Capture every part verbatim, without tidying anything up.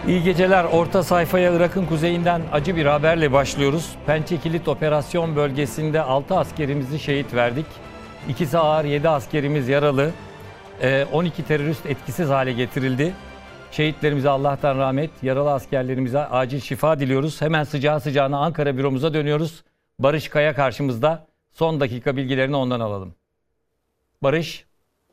İyi geceler. Orta sayfaya Irak'ın kuzeyinden acı bir haberle başlıyoruz. Pençe Kilit Operasyon bölgesinde altı askerimizi şehit verdik. İkisi ağır, yedi askerimiz yaralı. on iki terörist etkisiz hale getirildi. Şehitlerimize Allah'tan rahmet, yaralı askerlerimize acil şifa diliyoruz. Hemen sıcağı sıcağına Ankara büromuza dönüyoruz. Barış Kaya karşımızda. Son dakika bilgilerini ondan alalım. Barış.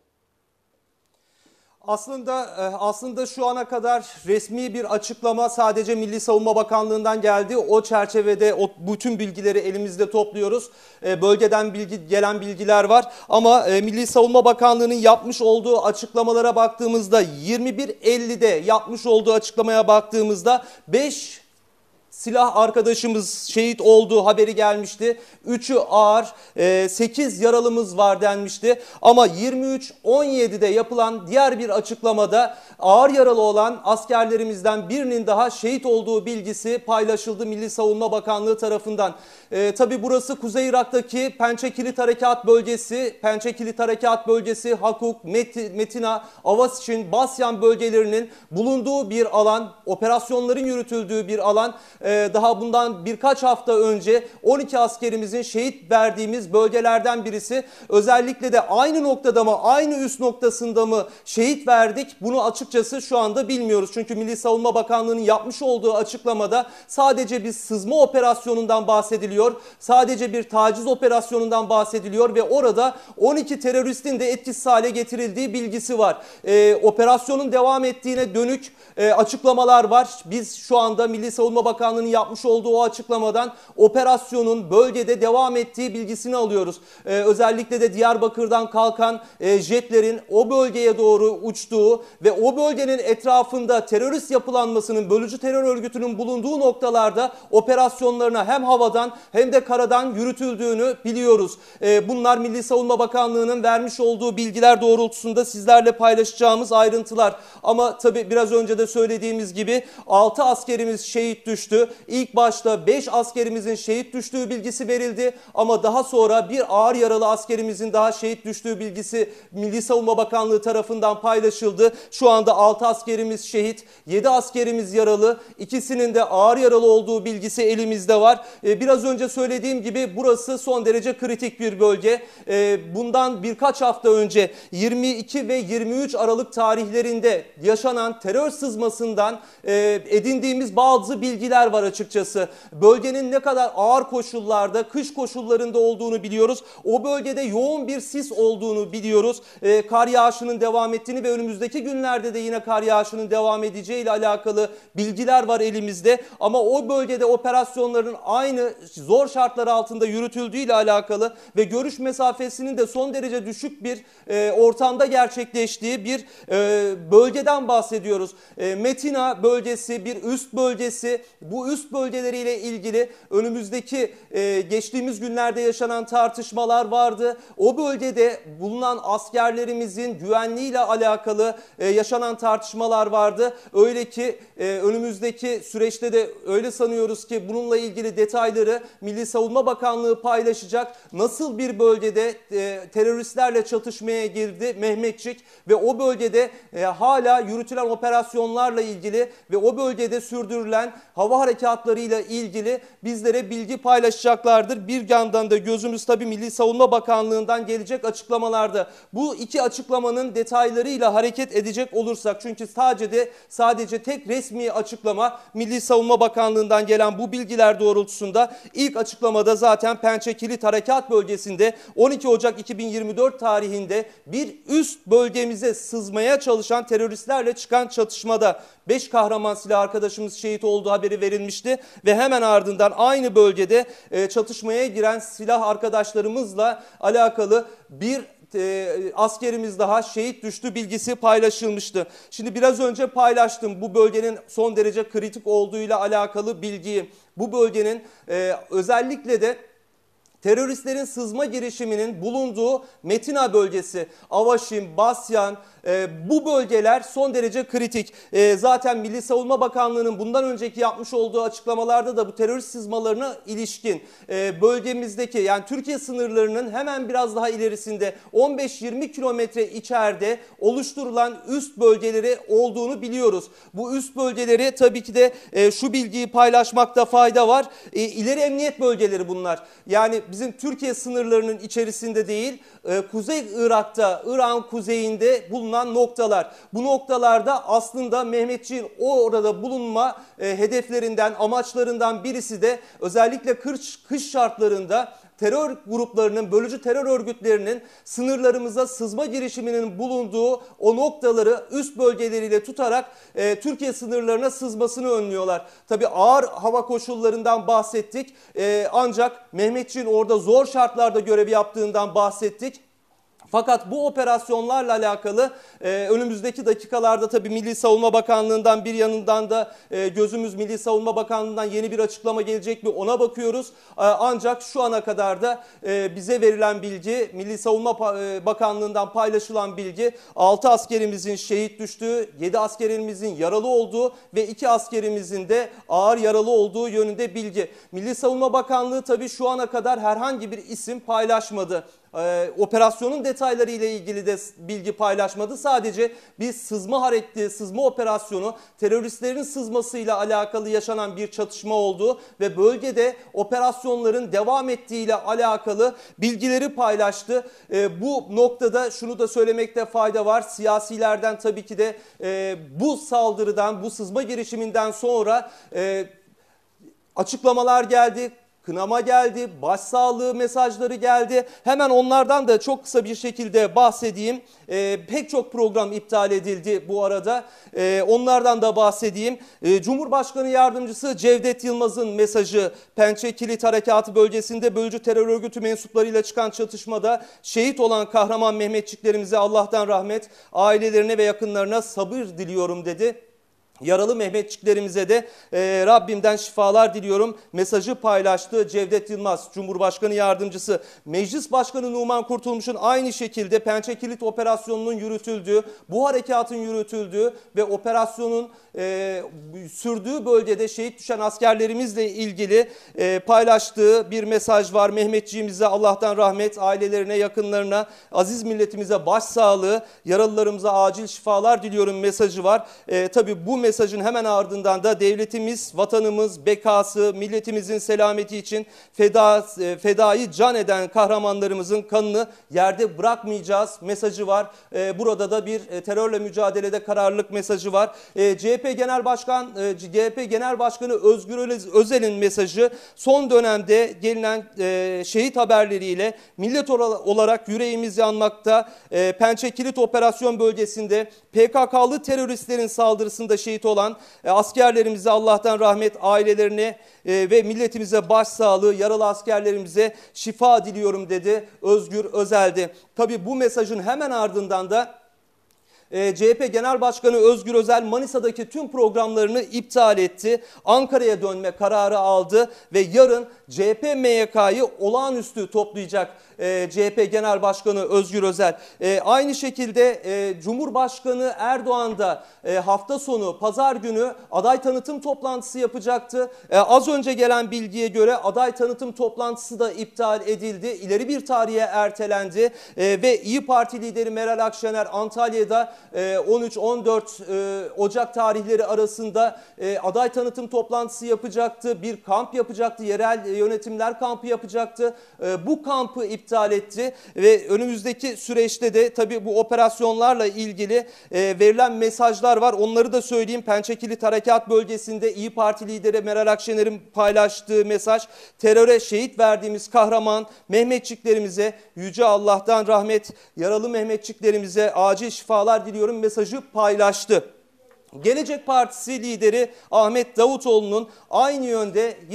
Aslında aslında şu ana kadar resmi bir açıklama sadece Milli Savunma Bakanlığı'ndan geldi. O çerçevede o bütün bilgileri elimizde topluyoruz. Bölgeden bilgi, gelen bilgiler var. Ama Milli Savunma Bakanlığı'nın yapmış olduğu açıklamalara baktığımızda yirmi bir ellide yapmış olduğu açıklamaya baktığımızda beş silah arkadaşımız şehit olduğu haberi gelmişti. üçü ağır, sekiz yaralımız var denmişti. Ama yirmi üç on yedide yapılan diğer bir açıklamada ağır yaralı olan askerlerimizden birinin daha şehit olduğu bilgisi paylaşıldı Milli Savunma Bakanlığı tarafından. E, tabii burası Kuzey Irak'taki Pençe Kilit Harekat Bölgesi. Pençe Kilit Harekat Bölgesi, Hakuk, Metina, Avasişin, Basyan bölgelerinin bulunduğu bir alan, operasyonların yürütüldüğü bir alan. E, daha bundan birkaç hafta önce on iki askerimizin şehit verdiğimiz bölgelerden birisi. Özellikle de aynı noktada mı, aynı üst noktasında mı şehit verdik? Bunu açıkçası şu anda bilmiyoruz. Çünkü Milli Savunma Bakanlığı'nın yapmış olduğu açıklamada sadece bir sızma operasyonundan bahsediliyor. Sadece bir taciz operasyonundan bahsediliyor ve orada on iki teröristin de etkisiz hale getirildiği bilgisi var. Ee, operasyonun devam ettiğine dönük e, açıklamalar var. Biz şu anda Milli Savunma Bakanlığı'nın yapmış olduğu o açıklamadan operasyonun bölgede devam ettiği bilgisini alıyoruz. Ee, özellikle de Diyarbakır'dan kalkan e, jetlerin o bölgeye doğru uçtuğu ve o bölgenin etrafında terörist yapılanmasının, bölücü terör örgütünün bulunduğu noktalarda operasyonlarına hem havadan hem de karadan yürütüldüğünü biliyoruz. Ee, bunlar Milli Savunma Bakanlığı'nın vermiş olduğu bilgiler doğrultusunda sizlerle paylaşacağımız ayrıntılar. Ama tabii biraz önce de söylediğimiz gibi altı askerimiz şehit düştü. İlk başta beş askerimizin şehit düştüğü bilgisi verildi ama daha sonra bir ağır yaralı askerimizin daha şehit düştüğü bilgisi Milli Savunma Bakanlığı tarafından paylaşıldı. Şu anda altı askerimiz şehit, yedi askerimiz yaralı, ikisinin de ağır yaralı olduğu bilgisi elimizde var. Ee, biraz önce söylediğim gibi burası son derece kritik bir bölge. Ee, bundan birkaç hafta önce yirmi iki ve yirmi üç Aralık tarihlerinde yaşanan terör sızmasından e, edindiğimiz bazı bilgiler var açıkçası. Bölgenin ne kadar ağır koşullarda, kış koşullarında olduğunu biliyoruz. O bölgede yoğun bir sis olduğunu biliyoruz. E, kar yağışının devam ettiğini ve önümüzdeki günlerde de yine kar yağışının devam edeceği ile alakalı bilgiler var elimizde. Ama o bölgede operasyonların aynı zor şartlar altında yürütüldüğü ile alakalı ve görüş mesafesinin de son derece düşük bir e, ortamda gerçekleştiği bir e, bölgeden bahsediyoruz. E, Metina bölgesi bir üst bölgesi. Bu üst bölgeleriyle ilgili önümüzdeki e, geçtiğimiz günlerde yaşanan tartışmalar vardı. O bölgede bulunan askerlerimizin güvenliğiyle alakalı e, yaşanan tartışmalar vardı. Öyle ki e, önümüzdeki süreçte de öyle sanıyoruz ki bununla ilgili detayları Milli Savunma Bakanlığı paylaşacak. Nasıl bir bölgede e, teröristlerle çatışmaya girdi Mehmetçik ve o bölgede e, hala yürütülen operasyonlarla ilgili ve o bölgede sürdürülen hava harekatlarıyla ilgili bizlere bilgi paylaşacaklardır. Bir yandan da gözümüz tabii Milli Savunma Bakanlığı'ndan gelecek açıklamalarda. Bu iki açıklamanın detaylarıyla hareket edecek olursak, çünkü sadece de sadece tek resmi açıklama Milli Savunma Bakanlığı'ndan gelen bu bilgiler doğrultusunda. İlk açıklamada zaten Pençe Kilit Harekat Bölgesi'nde on iki Ocak iki bin yirmi dört tarihinde bir üst bölgemize sızmaya çalışan teröristlerle çıkan çatışmada beş kahraman silah arkadaşımız şehit olduğu haberi verilmişti ve hemen ardından aynı bölgede çatışmaya giren silah arkadaşlarımızla alakalı bir E, askerimiz daha şehit düştü bilgisi paylaşılmıştı. Şimdi biraz önce paylaştım bu bölgenin son derece kritik olduğuyla alakalı bilgiyi. Bu bölgenin e, özellikle de teröristlerin sızma girişiminin bulunduğu Metina bölgesi, Avaşin, Basyan, E, bu bölgeler son derece kritik. E, zaten Milli Savunma Bakanlığı'nın bundan önceki yapmış olduğu açıklamalarda da bu terörist sızmalarına ilişkin e, bölgemizdeki, yani Türkiye sınırlarının hemen biraz daha ilerisinde on beş yirmi kilometre içeride oluşturulan üst bölgeleri olduğunu biliyoruz. Bu üst bölgeleri tabii ki de e, şu bilgiyi paylaşmakta fayda var. E, ileri emniyet bölgeleri bunlar. Yani bizim Türkiye sınırlarının içerisinde değil, e, Kuzey Irak'ta, İran kuzeyinde bulunan noktalar. Bu noktalarda aslında Mehmetçiğin orada bulunma e, hedeflerinden, amaçlarından birisi de özellikle kış, kış şartlarında terör gruplarının, bölücü terör örgütlerinin sınırlarımıza sızma girişiminin bulunduğu o noktaları üst bölgeleriyle tutarak e, Türkiye sınırlarına sızmasını önlüyorlar. Tabii ağır hava koşullarından bahsettik. E, ancak Mehmetçiğin orada zor şartlarda görev yaptığından bahsettik. Fakat bu operasyonlarla alakalı e, önümüzdeki dakikalarda tabii Milli Savunma Bakanlığı'ndan bir yanından da e, gözümüz Milli Savunma Bakanlığı'ndan yeni bir açıklama gelecek mi ona bakıyoruz. E, ancak şu ana kadar da e, bize verilen bilgi, Milli Savunma Bakanlığı'ndan paylaşılan bilgi altı askerimizin şehit düştüğü, yedi askerimizin yaralı olduğu ve iki askerimizin de ağır yaralı olduğu yönünde bilgi. Milli Savunma Bakanlığı tabii şu ana kadar herhangi bir isim paylaşmadı. Ee, operasyonun detayları ile ilgili de bilgi paylaşmadı. Sadece bir sızma hareketi, sızma operasyonu, teröristlerin sızmasıyla alakalı yaşanan bir çatışma oldu ve bölgede operasyonların devam ettiği ile alakalı bilgileri paylaştı. Ee, bu noktada şunu da söylemekte fayda var. Siyasilerden tabii ki de e, bu saldırıdan, bu sızma girişiminden sonra e, açıklamalar geldi. Kınama geldi, başsağlığı mesajları geldi. Hemen onlardan da çok kısa bir şekilde bahsedeyim. Ee, pek çok program iptal edildi bu arada. Ee, onlardan da bahsedeyim. Ee, Cumhurbaşkanı Yardımcısı Cevdet Yılmaz'ın mesajı Pençe Kilit Harekatı bölgesinde bölücü terör örgütü mensuplarıyla çıkan çatışmada şehit olan kahraman Mehmetçiklerimize Allah'tan rahmet, ailelerine ve yakınlarına sabır diliyorum dedi. Yaralı Mehmetçiklerimize de e, Rabbimden şifalar diliyorum mesajı paylaştı Cevdet Yılmaz, Cumhurbaşkanı Yardımcısı. Meclis Başkanı Numan Kurtulmuş'un aynı şekilde Pençe Kilit operasyonunun yürütüldüğü, bu harekatın yürütüldüğü ve operasyonun e, sürdüğü bölgede şehit düşen askerlerimizle ilgili e, paylaştığı bir mesaj var. Mehmetçiğimize Allah'tan rahmet, ailelerine, yakınlarına, aziz milletimize başsağlığı, yaralılarımıza acil şifalar diliyorum mesajı var. E, tabii bu mesajın hemen ardından da devletimiz, vatanımız, bekası, milletimizin selameti için feda, fedayı can eden kahramanlarımızın kanını yerde bırakmayacağız mesajı var. E, burada da bir e, terörle mücadelede kararlılık mesajı var. E, C H P Genel Başkan, e, C H P Genel Başkanı Özgür Özel'in mesajı son dönemde gelinen e, şehit haberleriyle millet olarak yüreğimiz yanmakta. E, Pençe Kilit Operasyon Bölgesi'nde P K K'lı teröristlerin saldırısında şehit olan e, askerlerimize Allah'tan rahmet, ailelerine e, ve milletimize başsağlığı, yaralı askerlerimize şifa diliyorum dedi Özgür Özel'di. Tabii bu mesajın hemen ardından da C H P Genel Başkanı Özgür Özel Manisa'daki tüm programlarını iptal etti. Ankara'ya dönme kararı aldı ve yarın C H P M Y K'yı olağanüstü toplayacak C H P Genel Başkanı Özgür Özel. Aynı şekilde Cumhurbaşkanı Erdoğan da hafta sonu pazar günü aday tanıtım toplantısı yapacaktı. Az önce gelen bilgiye göre aday tanıtım toplantısı da iptal edildi. İleri bir tarihe ertelendi ve İYİ Parti lideri Meral Akşener Antalya'da on üç on dört Ocak tarihleri arasında aday tanıtım toplantısı yapacaktı. Bir kamp yapacaktı. Yerel yönetimler kampı yapacaktı. Bu kampı iptal etti ve önümüzdeki süreçte de tabii bu operasyonlarla ilgili verilen mesajlar var. Onları da söyleyeyim. Pençe Kilit Harekat Bölgesi'nde İYİ Parti lideri Meral Akşener'in paylaştığı mesaj, teröre şehit verdiğimiz kahraman Mehmetçiklerimize Yüce Allah'tan rahmet, yaralı Mehmetçiklerimize acil şifalar diliyorum mesajı paylaştı. Gelecek Partisi lideri Ahmet Davutoğlu'nun aynı yönde yine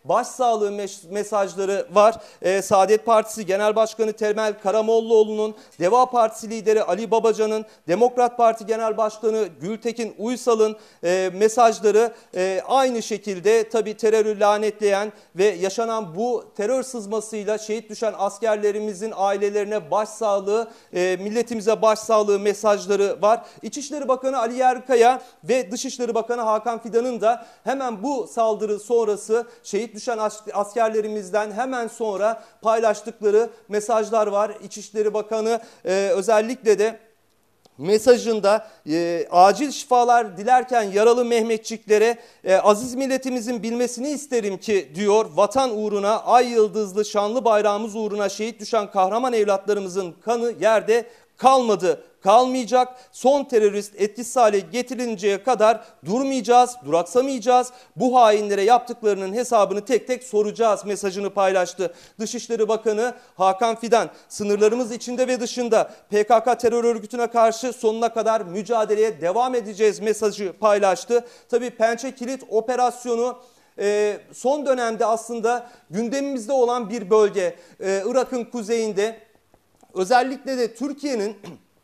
başsağlığı mes mesajları var. E, Saadet Partisi Genel Başkanı Temel Karamollaoğlu'nun, Deva Partisi lideri Ali Babacan'ın, Demokrat Parti Genel Başkanı Gültekin Uysal'ın e, mesajları e, aynı şekilde tabii terörü lanetleyen ve yaşanan bu terör sızmasıyla şehit düşen askerlerimizin ailelerine başsağlığı, e, milletimize başsağlığı mesajları var. İçişleri Bakanı Ali Yerlikaya ve Dışişleri Bakanı Hakan Fidan'ın da hemen bu saldırı sonrası şehit düşen askerlerimizden hemen sonra paylaştıkları mesajlar var. İçişleri Bakanı e, özellikle de mesajında e, acil şifalar dilerken yaralı Mehmetçiklere e, aziz milletimizin bilmesini isterim ki diyor, vatan uğruna ay yıldızlı şanlı bayrağımız uğruna şehit düşen kahraman evlatlarımızın kanı yerde kalmadı, kalmayacak. Son terörist etkisiz hale getirilinceye kadar durmayacağız, duraksamayacağız. Bu hainlere yaptıklarının hesabını tek tek soracağız mesajını paylaştı. Dışişleri Bakanı Hakan Fidan, sınırlarımız içinde ve dışında P K K terör örgütüne karşı sonuna kadar mücadeleye devam edeceğiz mesajı paylaştı. Tabii Pençe Kilit operasyonu Ee, son dönemde aslında gündemimizde olan bir bölge. Ee, Irak'ın kuzeyinde, özellikle de Türkiye'nin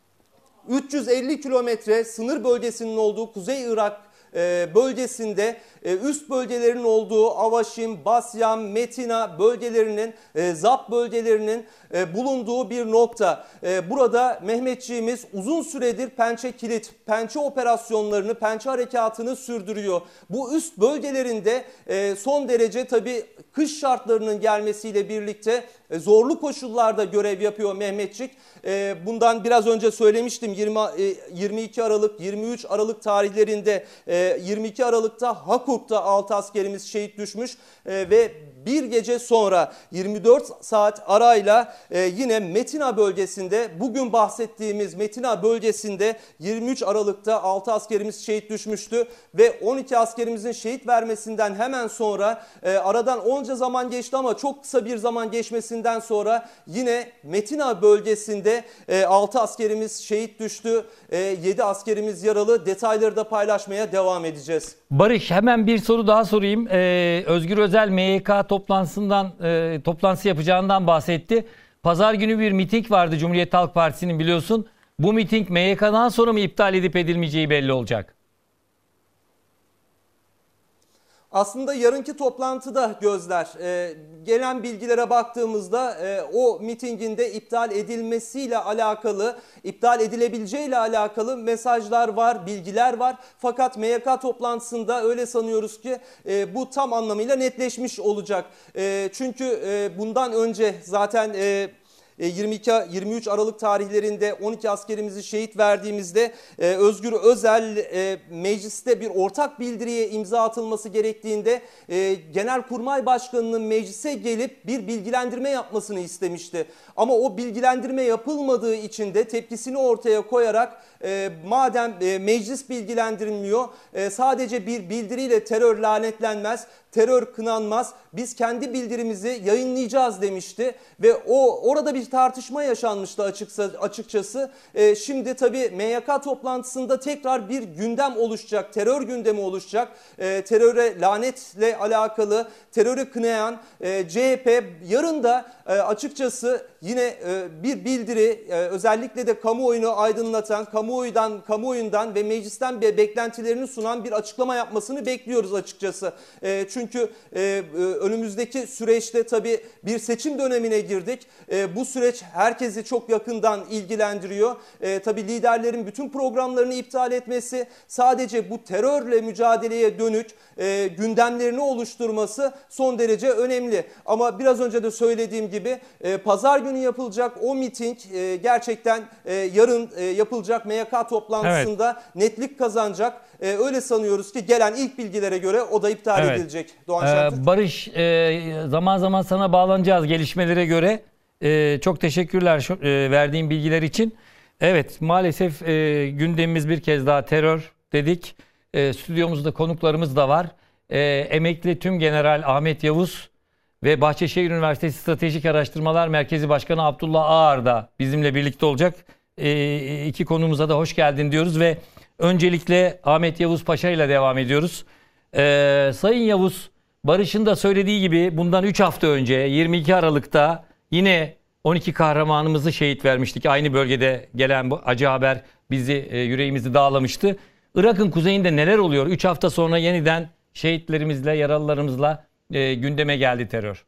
üç yüz elli kilometre sınır bölgesinin olduğu Kuzey Irak e, bölgesinde e, üst bölgelerinin olduğu Avaşim, Basyam, Metina bölgelerinin, e, Zap bölgelerinin e, bulunduğu bir nokta. E, burada Mehmetçiğimiz uzun süredir Pençe Kilit, Pençe operasyonlarını, Pençe harekatını sürdürüyor. Bu üst bölgelerinde e, son derece tabii kış şartlarının gelmesiyle birlikte e, zorlu koşullarda görev yapıyor Mehmetçik. E, bundan biraz önce söylemiştim, yirmi, e, yirmi iki Aralık, yirmi üç Aralık tarihlerinde e, yirmi iki Aralık'ta Hakurk'ta altı askerimiz şehit düşmüş e, ve bir gece sonra yirmi dört saat arayla e, yine Metina bölgesinde, bugün bahsettiğimiz Metina bölgesinde yirmi üç Aralık'ta altı askerimiz şehit düşmüştü ve on iki askerimizin şehit vermesinden hemen sonra e, aradan onca zaman geçti ama çok kısa bir zaman geçmesinden sonra yine Metina bölgesinde e, altı askerimiz şehit düştü, e, yedi askerimiz yaralı. Detayları da paylaşmaya devam edeceğiz. Barış, hemen bir soru daha sorayım. Ee, Özgür Özel M Y K toplantısından e, toplantısı yapacağından bahsetti. Pazar günü bir miting vardı Cumhuriyet Halk Partisi'nin, biliyorsun. Bu miting M Y K'dan sonra mı iptal edip edilmeyeceği belli olacak? Aslında yarınki toplantıda gözler e, gelen bilgilere baktığımızda e, o mitinginde iptal edilmesiyle alakalı, iptal edilebileceğiyle alakalı mesajlar var, bilgiler var. Fakat M Y K toplantısında öyle sanıyoruz ki e, bu tam anlamıyla netleşmiş olacak. E, çünkü e, bundan önce zaten E, yirmi iki yirmi üç Aralık tarihlerinde on iki askerimizi şehit verdiğimizde e, Özgür Özel e, mecliste bir ortak bildiriye imza atılması gerektiğinde e, Genelkurmay Başkanı'nın meclise gelip bir bilgilendirme yapmasını istemişti. Ama o bilgilendirme yapılmadığı için de tepkisini ortaya koyarak e, madem e, meclis bilgilendirilmiyor, e, sadece bir bildiriyle terör lanetlenmez, terör kınanmaz, biz kendi bildirimizi yayınlayacağız demişti ve o orada bir tartışma yaşanmıştı açıkça, açıkçası. E, şimdi tabii M Y K toplantısında tekrar bir gündem oluşacak, terör gündemi oluşacak. E, teröre lanetle alakalı, terörü kınayan e, C H P yarın da e, açıkçası yine e, bir bildiri, e, özellikle de kamuoyunu aydınlatan, kamuoyundan, kamuoyundan ve meclisten beklentilerini sunan bir açıklama yapmasını bekliyoruz açıkçası. E, çünkü e, önümüzdeki süreçte tabii bir seçim dönemine girdik. E, bu süreç herkesi çok yakından ilgilendiriyor. E, tabii liderlerin bütün programlarını iptal etmesi, sadece bu terörle mücadeleye dönük e, gündemlerini oluşturması son derece önemli. Ama biraz önce de söylediğim gibi e, pazar günü yapılacak o miting e, gerçekten e, yarın e, yapılacak M Y K toplantısında evet, netlik kazanacak. E, öyle sanıyoruz ki gelen ilk bilgilere göre o da iptal evet, edilecek. Doğan Şentürk. Ee, Barış, e, zaman zaman sana bağlanacağız gelişmelere göre. E, çok teşekkürler şu, e, verdiğin bilgiler için. Evet, maalesef e, gündemimiz bir kez daha terör dedik. E, stüdyomuzda konuklarımız da var. E, emekli Tümgeneral Ahmet Yavuz ve Bahçeşehir Üniversitesi Stratejik Araştırmalar Merkezi Başkanı Abdullah Ağar da bizimle birlikte olacak. E, iki konuğumuza da hoş geldin diyoruz ve öncelikle Ahmet Yavuz Paşa ile devam ediyoruz. E, Sayın Yavuz, Barış'ın da söylediği gibi bundan üç hafta önce yirmi iki Aralık'ta yine on iki kahramanımızı şehit vermiştik. Aynı bölgede gelen bu acı haber bizi, e, yüreğimizi dağlamıştı. Irak'ın kuzeyinde neler oluyor? üç hafta sonra yeniden şehitlerimizle, yaralılarımızla e, gündeme geldi terör.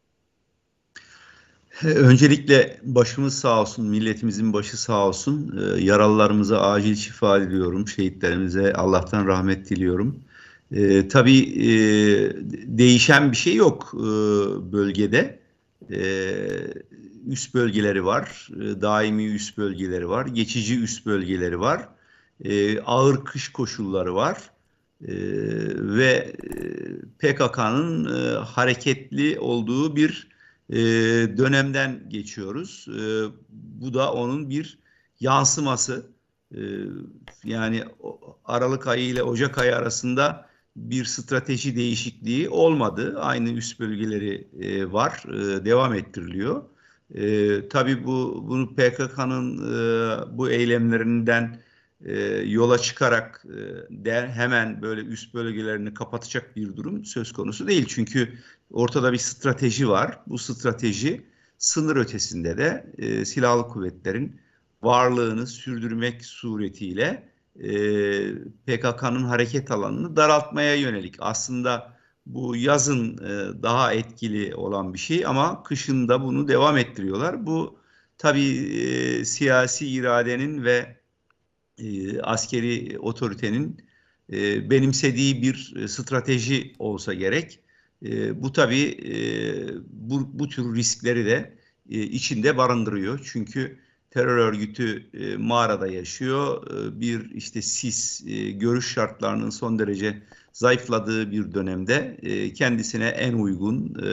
Öncelikle başımız sağ olsun, milletimizin başı sağ olsun. Ee, yaralılarımıza acil şifa diliyorum, şehitlerimize Allah'tan rahmet diliyorum. Ee, tabii e, değişen bir şey yok e, bölgede. E, üst bölgeleri var, e, daimi üst bölgeleri var, geçici üst bölgeleri var, e, ağır kış koşulları var. E, ve P K K'nın e, hareketli olduğu bir e, dönemden geçiyoruz. E, bu da onun bir yansıması. E, yani Aralık ayı ile Ocak ayı arasında bir strateji değişikliği olmadı. Aynı üst bölgeleri e, var, e, devam ettiriliyor. E, tabii bu bunu P K K'nın e, bu eylemlerinden e, yola çıkarak e, de hemen böyle üst bölgelerini kapatacak bir durum söz konusu değil. Çünkü ortada bir strateji var. Bu strateji sınır ötesinde de e, silahlı kuvvetlerin varlığını sürdürmek suretiyle e, P K K'nın hareket alanını daraltmaya yönelik. Aslında bu yazın e, daha etkili olan bir şey ama kışın da bunu devam ettiriyorlar. Bu tabii e, siyasi iradenin ve e, askeri otoritenin e, benimsediği bir e, strateji olsa gerek. E, bu tabii e, bu, bu tür riskleri de e, içinde barındırıyor. Çünkü terör örgütü e, mağarada yaşıyor. E, bir işte sis, e, görüş şartlarının son derece zayıfladığı bir dönemde e, kendisine en uygun e,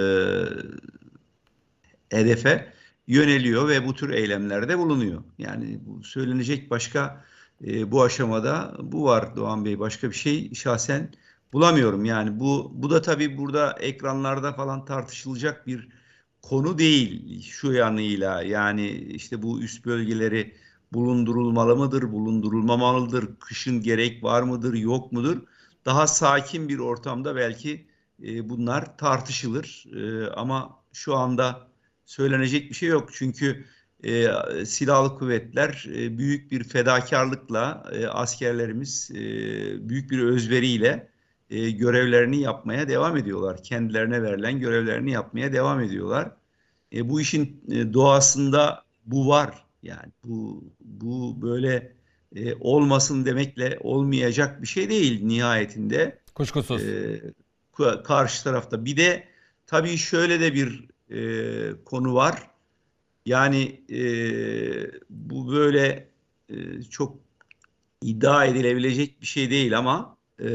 hedefe yöneliyor ve bu tür eylemlerde bulunuyor. Yani bu söylenecek başka e, bu aşamada bu var Doğan Bey. Başka bir şey şahsen bulamıyorum. Yani bu bu da tabii burada ekranlarda falan tartışılacak bir konu değil şu yanıyla. Yani işte bu üst bölgeleri bulundurulmalı mıdır, bulundurulmamalıdır, kışın gerek var mıdır, yok mudur? Daha sakin bir ortamda belki e, bunlar tartışılır. E, ama şu anda söylenecek bir şey yok. Çünkü e, silahlı kuvvetler e, büyük bir fedakarlıkla e, askerlerimiz e, büyük bir özveriyle e, görevlerini yapmaya devam ediyorlar. Kendilerine verilen görevlerini yapmaya devam ediyorlar. E, bu işin e, doğasında bu var. Yani bu bu böyle e, olmasın demekle olmayacak bir şey değil nihayetinde. Kuşkusuz. E, karşı tarafta. Bir de tabii şöyle de bir e, konu var. Yani e, bu böyle e, çok iddia edilebilecek bir şey değil ama e,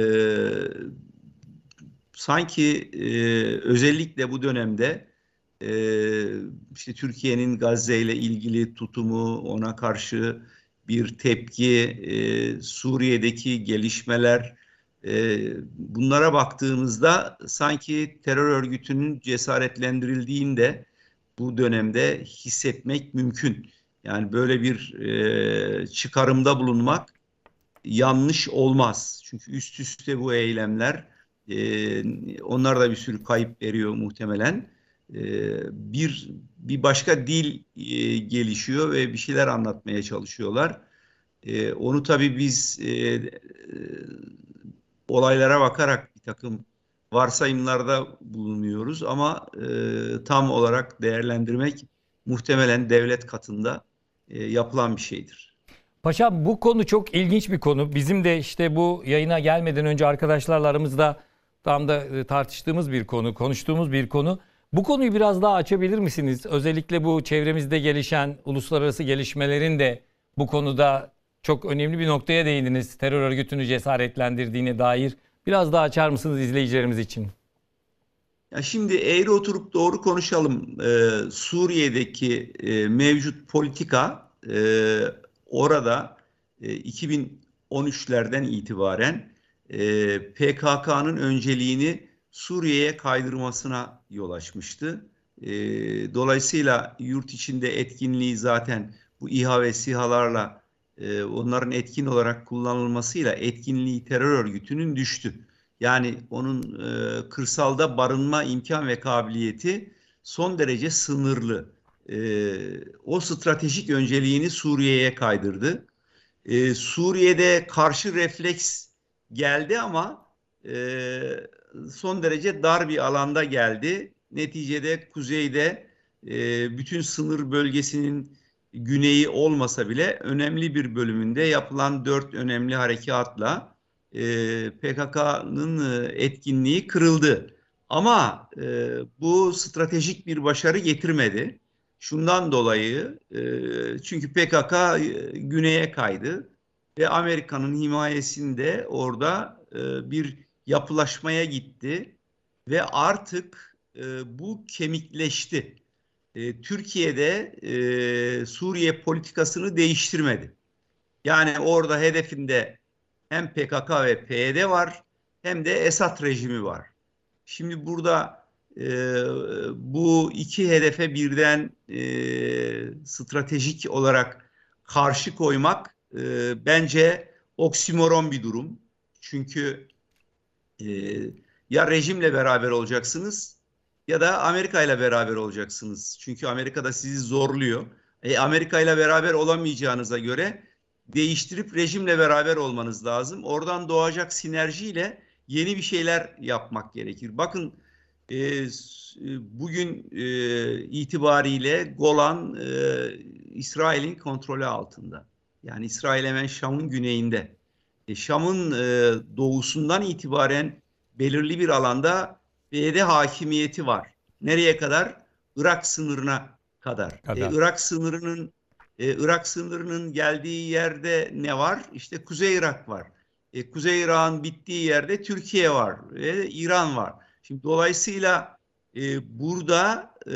sanki e, özellikle bu dönemde e, işte Türkiye'nin Gazze ile ilgili tutumu, ona karşı bir tepki, e, Suriye'deki gelişmeler, e, bunlara baktığımızda sanki terör örgütünün cesaretlendirildiğinde bu dönemde hissetmek mümkün. Yani böyle bir e, çıkarımda bulunmak yanlış olmaz. Çünkü üst üste bu eylemler e, onlar da bir sürü kayıp veriyor muhtemelen. E, bir bir başka dil e, gelişiyor ve bir şeyler anlatmaya çalışıyorlar. E, onu tabii biz e, e, olaylara bakarak bir takım varsayımlarda bulunuyoruz ama e, tam olarak değerlendirmek muhtemelen devlet katında e, yapılan bir şeydir. Paşam, bu konu çok ilginç bir konu. Bizim de işte bu yayına gelmeden önce arkadaşlarla aramızda tam da e, tartıştığımız bir konu, konuştuğumuz bir konu. Bu konuyu biraz daha açabilir misiniz? Özellikle bu çevremizde gelişen uluslararası gelişmelerin de bu konuda çok önemli bir noktaya değindiniz. Terör örgütünü cesaretlendirdiğine dair. Biraz daha açar mısınız izleyicilerimiz için? Ya şimdi eğri oturup doğru konuşalım. Ee, Suriye'deki e, mevcut politika e, orada e, iki bin on üçlerden itibaren e, P K K'nın önceliğini Suriye'ye kaydırmasına yol açmıştı. E, dolayısıyla yurt içinde etkinliği zaten bu İHA ve SİHA'larla e, onların etkin olarak kullanılmasıyla etkinliği terör örgütünün düştü. Yani onun e, kırsalda barınma imkan ve kabiliyeti son derece sınırlı. E, o stratejik önceliğini Suriye'ye kaydırdı. E, Suriye'de karşı refleks geldi ama e, son derece dar bir alanda geldi. Neticede kuzeyde e, bütün sınır bölgesinin güneyi olmasa bile önemli bir bölümünde yapılan dört önemli harekatla e, P K K'nın etkinliği kırıldı. Ama e, bu stratejik bir başarı getirmedi. Şundan dolayı e, çünkü P K K e, güneye kaydı ve Amerika'nın himayesinde orada e, bir yapılaşmaya gitti ve artık e, bu kemikleşti. E, Türkiye'de e, Suriye politikasını değiştirmedi. Yani orada hedefinde hem P K K ve P Y D var hem de Esad rejimi var. Şimdi burada e, bu iki hedefe birden e, stratejik olarak karşı koymak e, bence oksimoron bir durum. Çünkü e, ya rejimle beraber olacaksınız ya da Amerika ile beraber olacaksınız. Çünkü Amerika da sizi zorluyor. E, Amerika ile beraber olamayacağınıza göre değiştirip rejimle beraber olmanız lazım. Oradan doğacak sinerjiyle yeni bir şeyler yapmak gerekir. Bakın e, bugün e, itibariyle Golan e, İsrail'in kontrolü altında. Yani İsrail hemen Şam'ın güneyinde. E, Şam'ın e, doğusundan itibaren belirli bir alanda P Y D hakimiyeti var. Nereye kadar? Irak sınırına kadar. kadar. E, Irak sınırının e, Irak sınırının geldiği yerde ne var? İşte Kuzey Irak var. E, Kuzey Irak'ın bittiği yerde Türkiye var ve İran var. Şimdi dolayısıyla e, burada e,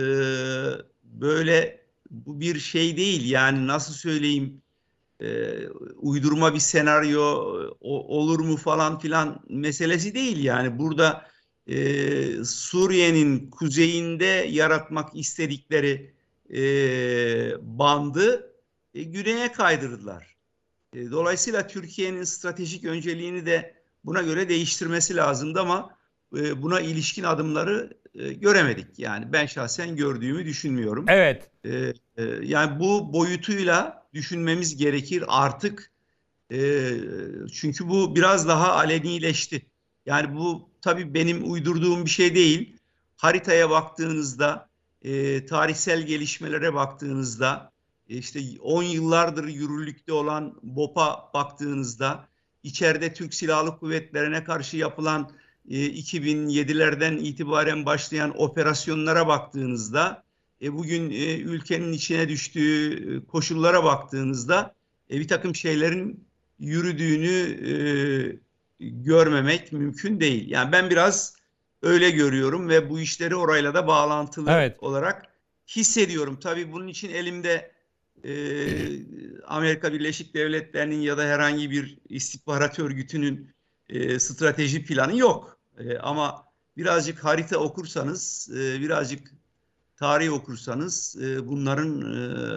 böyle bu bir şey değil. Yani nasıl söyleyeyim? E, uydurma bir senaryo o, olur mu falan filan meselesi değil. Yani burada e, Suriye'nin kuzeyinde yaratmak istedikleri e, bandı e, güneye kaydırdılar. E, dolayısıyla Türkiye'nin stratejik önceliğini de buna göre değiştirmesi lazımdı ama e, buna ilişkin adımları e, göremedik. Yani ben şahsen gördüğümü düşünmüyorum. Evet. E, e, yani bu boyutuyla düşünmemiz gerekir artık. E, çünkü bu biraz daha alenileşti. Yani bu tabii benim uydurduğum bir şey değil. Haritaya baktığınızda, e, tarihsel gelişmelere baktığınızda, e, işte on yıllardır yürürlükte olan BOP'a baktığınızda, içeride Türk Silahlı Kuvvetleri'ne karşı yapılan e, iki bin yedilerden itibaren başlayan operasyonlara baktığınızda, e, bugün e, ülkenin içine düştüğü koşullara baktığınızda e, bir takım şeylerin yürüdüğünü e, görmemek mümkün değil. Yani ben biraz öyle görüyorum ve bu işleri orayla da bağlantılı evet. olarak hissediyorum. Tabii bunun için elimde e, Amerika Birleşik Devletleri'nin ya da herhangi bir istihbarat örgütünün e, strateji planı yok. E, ama birazcık harita okursanız, e, birazcık tarih okursanız e, bunların e,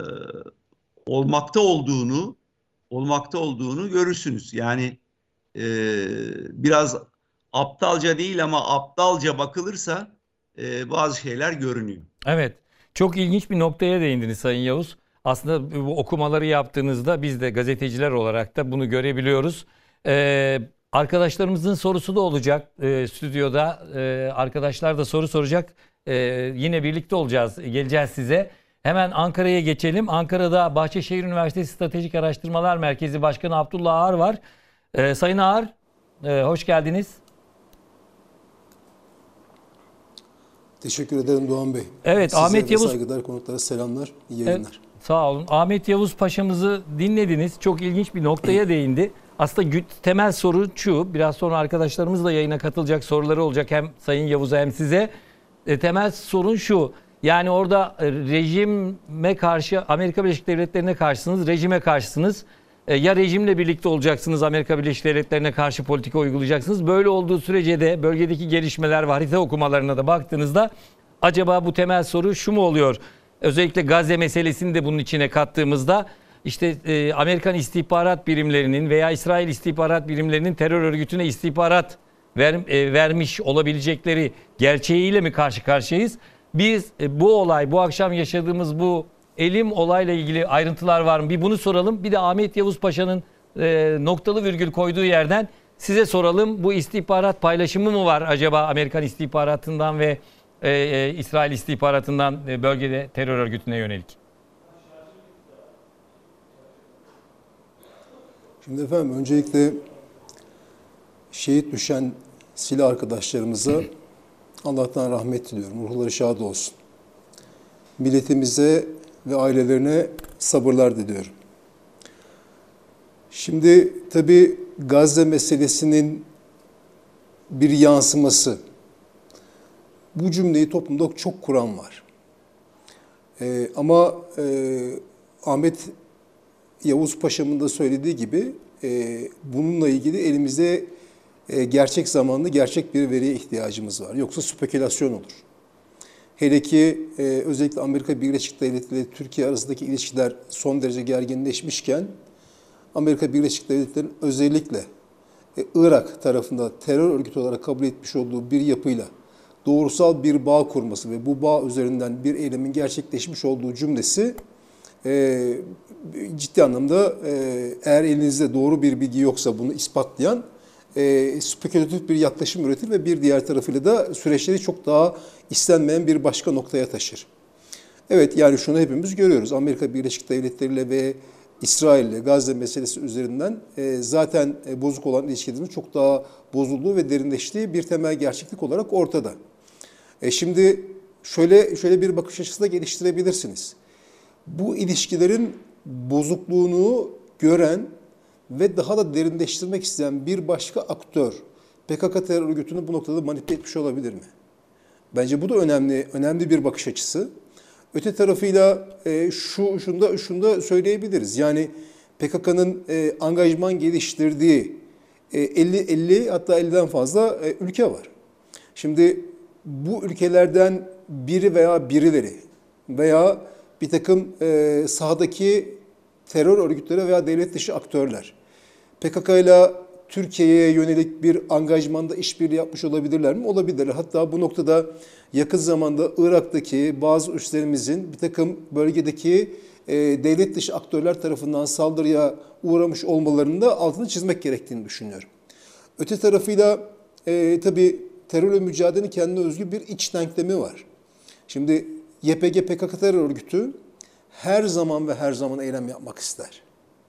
olmakta olduğunu olmakta olduğunu görürsünüz. Yani e, biraz aptalca değil ama aptalca bakılırsa e, bazı şeyler görünüyor. Evet. Çok ilginç bir noktaya değindiniz Sayın Yavuz. Aslında bu okumaları yaptığınızda biz de gazeteciler olarak da bunu görebiliyoruz. Ee, arkadaşlarımızın sorusu da olacak e, stüdyoda. E, arkadaşlar da soru soracak. E, yine birlikte olacağız. Geleceğiz size. Hemen Ankara'ya geçelim. Ankara'da Bahçeşehir Üniversitesi Stratejik Araştırmalar Merkezi Başkanı Abdullah Ağar var. Ee, Sayın Ağar, e, hoş geldiniz. Teşekkür ederim Doğan Bey. Evet, Size Ahmet Yavuz. Saygılar, konuklara selamlar, iyi yayınlar. Evet, sağ olun. Ahmet Yavuz Paşa'mızı dinlediniz. Çok ilginç bir noktaya değindi. Aslında temel soru şu, biraz sonra arkadaşlarımız da yayına katılacak, soruları olacak hem Sayın Yavuz'a hem size. E, temel sorun şu, yani orada rejime karşı, Amerika Birleşik Devletleri'ne karşısınız, rejime karşısınız. E, ya rejimle birlikte olacaksınız, Amerika Birleşik Devletleri'ne karşı politika uygulayacaksınız. Böyle olduğu sürece de bölgedeki gelişmeler var. Harita okumalarına da baktığınızda acaba bu temel soru şu mu oluyor? Özellikle Gazze meselesini de bunun içine kattığımızda işte e, Amerikan istihbarat birimlerinin veya İsrail istihbarat birimlerinin terör örgütüne istihbarat ver, e, vermiş olabilecekleri gerçeğiyle mi karşı karşıyayız? Biz e, bu olay, bu akşam yaşadığımız bu elim olayla ilgili ayrıntılar var mı? Bir bunu soralım. Bir de Ahmet Yavuz Paşa'nın e, noktalı virgül koyduğu yerden size soralım. Bu istihbarat paylaşımı mı var acaba Amerikan istihbaratından ve e, e, İsrail istihbaratından e, bölgede terör örgütüne yönelik? Şimdi efendim öncelikle şehit düşen silah arkadaşlarımıza Allah'tan rahmet diliyorum. Ruhları şad olsun. Milletimize ve ailelerine sabırlar diliyorum. Şimdi tabii Gazze meselesinin bir yansıması. Bu cümleyi toplumda çok kuran var. Ee, ama e, Ahmet Yavuz Paşa'mın da söylediği gibi e, bununla ilgili elimizde e, gerçek zamanlı, gerçek bir veriye ihtiyacımız var. Yoksa spekülasyon olur. Hele ki e, özellikle Amerika Birleşik Devletleri ile Türkiye arasındaki ilişkiler son derece gerginleşmişken Amerika Birleşik Devletleri'nin özellikle e, Irak tarafında terör örgütü olarak kabul etmiş olduğu bir yapıyla doğrusal bir bağ kurması ve bu bağ üzerinden bir eylemin gerçekleşmiş olduğu cümlesi e, ciddi anlamda e, eğer elinizde doğru bir bilgi yoksa bunu ispatlayan e, spekülatif bir yaklaşım üretir ve bir diğer tarafıyla da süreçleri çok daha istenmeyen bir başka noktaya taşır. Evet, yani şunu hepimiz görüyoruz. Amerika Birleşik Devletleri ile ve İsrail ile Gazze meselesi üzerinden e, zaten e, bozuk olan ilişkilerimizin çok daha bozulduğu ve derinleştiği bir temel gerçeklik olarak ortada. E şimdi şöyle şöyle bir bakış açısı da geliştirebilirsiniz. Bu ilişkilerin bozukluğunu gören ve daha da derinleştirmek isteyen bir başka aktör P K K terör örgütünü bu noktada manipüle etmiş olabilir mi? Bence bu da önemli önemli bir bakış açısı. Öte tarafıyla e, şu şunda şunda söyleyebiliriz. Yani P K K'nın e, angajman geliştirdiği e, elli elli hatta elliden fazla e, ülke var. Şimdi bu ülkelerden biri veya birileri veya bir takım e, sahadaki terör örgütleri veya devlet dışı aktörler P K K ile Türkiye'ye yönelik bir angajmanda işbirliği yapmış olabilirler mi? Olabilirler. Hatta bu noktada yakın zamanda Irak'taki bazı üslerimizin bir takım bölgedeki e, devlet dışı aktörler tarafından saldırıya uğramış olmalarını da altını çizmek gerektiğini düşünüyorum. Öte tarafıyla e, tabii terörle mücadelenin kendine özgü bir iç denklemi var. Şimdi Y P G P K K terör örgütü her zaman ve her zaman eylem yapmak ister.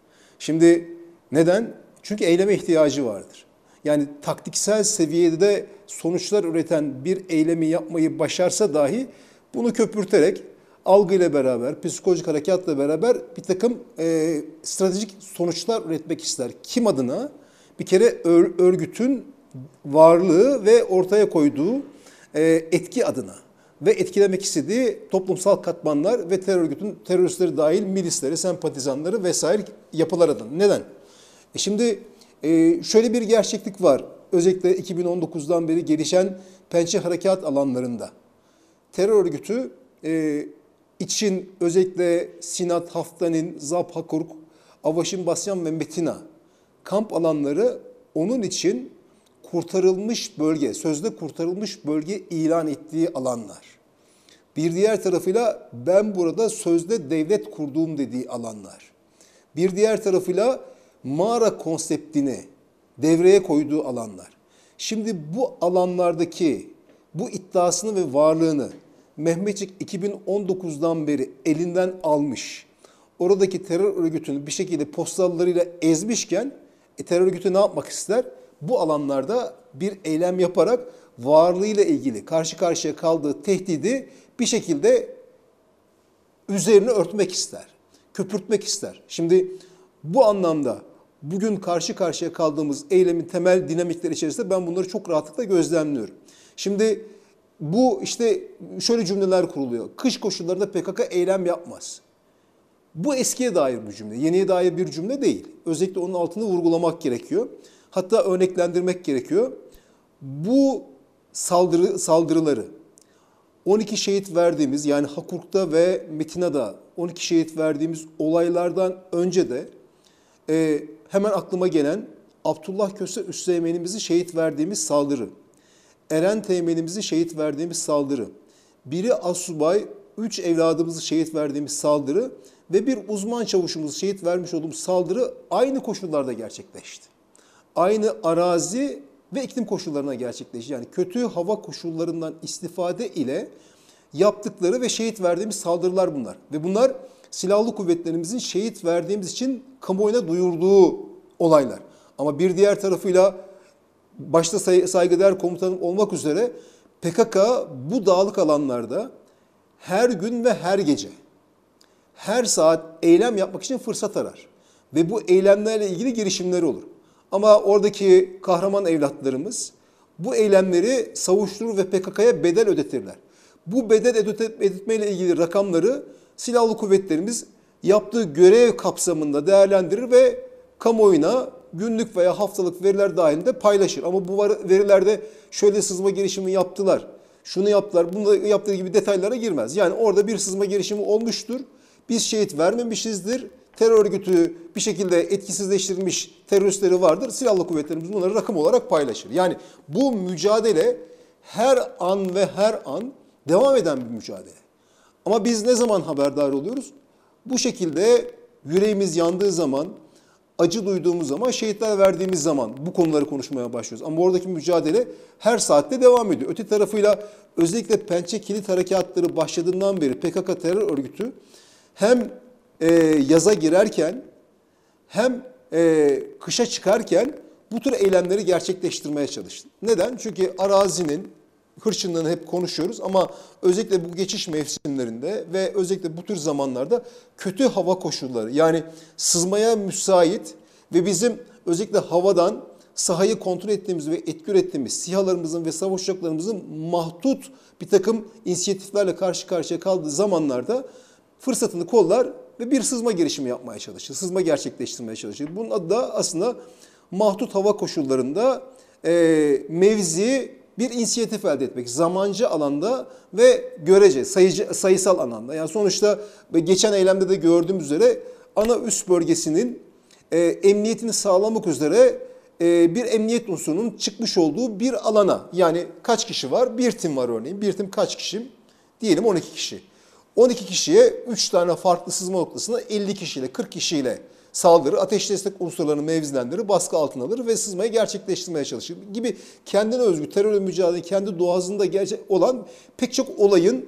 Şimdi neden? Çünkü eyleme ihtiyacı vardır. Yani taktiksel seviyede sonuçlar üreten bir eylemi yapmayı başarsa dahi bunu köpürterek algıyla beraber, psikolojik harekatla beraber bir takım e, stratejik sonuçlar üretmek ister. Kim adına? Bir kere örgütün varlığı ve ortaya koyduğu e, etki adına ve etkilemek istediği toplumsal katmanlar ve terör örgütün teröristleri dahil milisleri, sempatizanları vesaire yapılar adına. Neden? E şimdi e, şöyle bir gerçeklik var. Özellikle iki bin on dokuzdan beri gelişen pençe harekat alanlarında. Terör örgütü e, için özellikle Sinat, Haftanin, Zab, Hakurk, Avaşin, Basyan ve Metina kamp alanları onun için kurtarılmış bölge, sözde kurtarılmış bölge ilan ettiği alanlar. Bir diğer tarafıyla ben burada sözde devlet kurduğum dediği alanlar. Bir diğer tarafıyla mağara konseptini devreye koyduğu alanlar. Şimdi bu alanlardaki bu iddiasını ve varlığını Mehmetçik iki bin on dokuzdan beri elinden almış, oradaki terör örgütünü bir şekilde postallarıyla ezmişken e, terör örgütü ne yapmak ister? Bu alanlarda bir eylem yaparak varlığıyla ilgili karşı karşıya kaldığı tehdidi bir şekilde üzerine örtmek ister, köpürtmek ister. Şimdi bu anlamda bugün karşı karşıya kaldığımız eylemin temel dinamikleri içerisinde ben bunları çok rahatlıkla gözlemliyorum. Şimdi bu işte şöyle cümleler kuruluyor. Kış koşullarında P K K eylem yapmaz. Bu eskiye dair bir cümle, yeniye dair bir cümle değil. Özellikle onun altını vurgulamak gerekiyor. Hatta örneklendirmek gerekiyor. Bu saldırı saldırıları on iki şehit verdiğimiz, yani Hakurk'ta ve Metina'da on iki şehit verdiğimiz olaylardan önce de e, hemen aklıma gelen Abdullah Köse Üsteğmenimizi şehit verdiğimiz saldırı, Eren Teğmenimizi şehit verdiğimiz saldırı, biri asubay, üç evladımızı şehit verdiğimiz saldırı ve bir uzman çavuşumuzu şehit vermiş olduğumuz saldırı aynı koşullarda gerçekleşti. Aynı arazi ve iklim koşullarına gerçekleşti. Yani kötü hava koşullarından istifade ile yaptıkları ve şehit verdiğimiz saldırılar bunlar. Ve bunlar silahlı kuvvetlerimizin şehit verdiğimiz için kamuoyuna duyurduğu olaylar. Ama bir diğer tarafıyla başta say- saygıdeğer komutanım olmak üzere P K K bu dağlık alanlarda her gün ve her gece, her saat eylem yapmak için fırsat arar. Ve bu eylemlerle ilgili girişimleri olur. Ama oradaki kahraman evlatlarımız bu eylemleri savuşturur ve P K K'ya bedel ödetirler. Bu bedel ödetmeyle ilgili rakamları silahlı kuvvetlerimiz yaptığı görev kapsamında değerlendirir ve kamuoyuna günlük veya haftalık veriler dahilinde paylaşır. Ama bu verilerde şöyle sızma girişimi yaptılar, şunu yaptılar, bunu yaptığı gibi detaylara girmez. Yani orada bir sızma girişimi olmuştur, biz şehit vermemişizdir, terör örgütü bir şekilde etkisizleştirilmiş teröristleri vardır, silahlı kuvvetlerimiz bunları rakam olarak paylaşır. Yani bu mücadele her an ve her an devam eden bir mücadele. Ama biz ne zaman haberdar oluyoruz? Bu şekilde yüreğimiz yandığı zaman, acı duyduğumuz zaman, şehitler verdiğimiz zaman bu konuları konuşmaya başlıyoruz. Ama oradaki mücadele her saatte devam ediyor. Öte tarafıyla özellikle Pençe Kilit Harekatları başladığından beri P K K terör örgütü hem e, yaza girerken hem e, kışa çıkarken bu tür eylemleri gerçekleştirmeye çalıştı. Neden? Çünkü arazinin hırçınlığını hep konuşuyoruz ama özellikle bu geçiş mevsimlerinde ve özellikle bu tür zamanlarda kötü hava koşulları, yani sızmaya müsait ve bizim özellikle havadan sahayı kontrol ettiğimiz ve etki ürettiğimiz SİHA'larımızın ve savaş uçaklarımızın mahdut bir takım inisiyatiflerle karşı karşıya kaldığı zamanlarda fırsatını kollar ve bir sızma girişimi yapmaya çalışır, sızma gerçekleştirmeye çalışır. Bunun adı da aslında mahdut hava koşullarında e, mevzi bir inisiyatif elde etmek, zamancı alanda ve görece, sayıcı, sayısal alanda. Yani sonuçta geçen eylemde de gördüğümüz üzere ana üs bölgesinin e, emniyetini sağlamak üzere e, bir emniyet unsurunun çıkmış olduğu bir alana, yani kaç kişi var? Bir tim var örneğin. Bir tim kaç kişi? Diyelim on iki kişi. on iki kişiye üç tane farklı sızma noktasına elli kişiyle, kırk kişiyle saldırı, ateş destek unsurlarını mevzilendirir, baskı altına alır ve sızmayı gerçekleştirmeye çalışır gibi kendine özgü terörle mücadele kendi doğasında gerçek olan pek çok olayın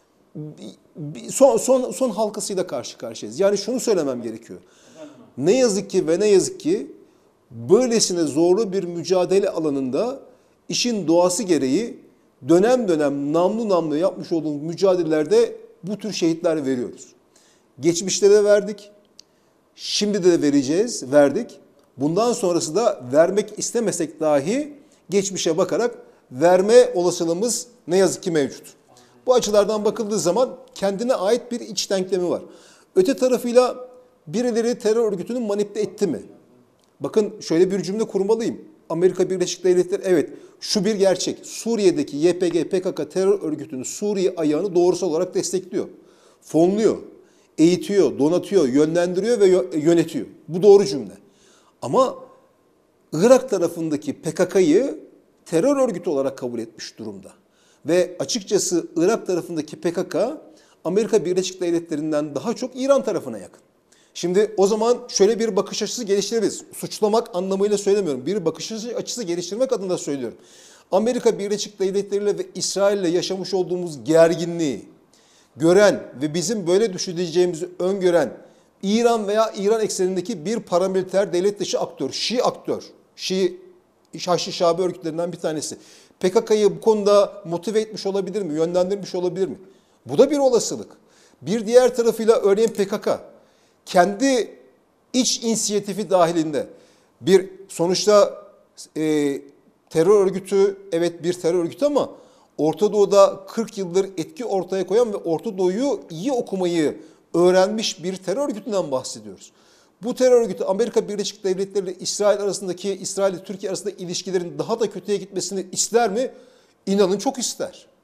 son, son, son halkasıyla karşı karşıyayız. Yani şunu söylemem gerekiyor. Ne yazık ki ve ne yazık ki böylesine zorlu bir mücadele alanında işin doğası gereği dönem dönem namlu namlu yapmış olduğumuz mücadelelerde bu tür şehitler veriyoruz. Geçmişte de verdik. Şimdi de vereceğiz, verdik. Bundan sonrası da vermek istemesek dahi geçmişe bakarak verme olasılığımız ne yazık ki mevcut. Bu açılardan bakıldığı zaman kendine ait bir iç denklemi var. Öte tarafıyla birileri terör örgütünü manipüle etti mi? Bakın şöyle bir cümle kurmalıyım. Amerika Birleşik Devletleri, evet şu bir gerçek. Suriye'deki Y P G P K K terör örgütünün Suriye ayağını doğrusal olarak destekliyor. Fonluyor. Eğitiyor, donatıyor, yönlendiriyor ve yönetiyor. Bu doğru cümle. Ama Irak tarafındaki P K K'yı terör örgütü olarak kabul etmiş durumda. Ve açıkçası Irak tarafındaki P K K Amerika Birleşik Devletleri'nden daha çok İran tarafına yakın. Şimdi o zaman şöyle bir bakış açısı geliştirebiliriz. Suçlamak anlamıyla söylemiyorum. Bir bakış açısı geliştirmek adına söylüyorum. Amerika Birleşik Devletleri ile ve İsrail ile yaşamış olduğumuz gerginliği gören ve bizim böyle düşüneceğimizi öngören İran veya İran eksenindeki bir paramiliter devlet dışı aktör, Şii aktör, Şii, Haçlı Şabi örgütlerinden bir tanesi. P K K'yı bu konuda motive etmiş olabilir mi, yönlendirmiş olabilir mi? Bu da bir olasılık. Bir diğer tarafıyla örneğin P K K kendi iç inisiyatifi dahilinde bir sonuçta e, terör örgütü, evet bir terör örgütü ama Orta Doğu'da kırk yıldır etki ortaya koyan ve Orta Doğu'yu iyi okumayı öğrenmiş bir terör örgütünden bahsediyoruz. Bu terör örgütü Amerika Birleşik Devletleri ile İsrail arasındaki, İsrail ile Türkiye arasında ilişkilerin daha da kötüye gitmesini ister mi? İnanın çok ister.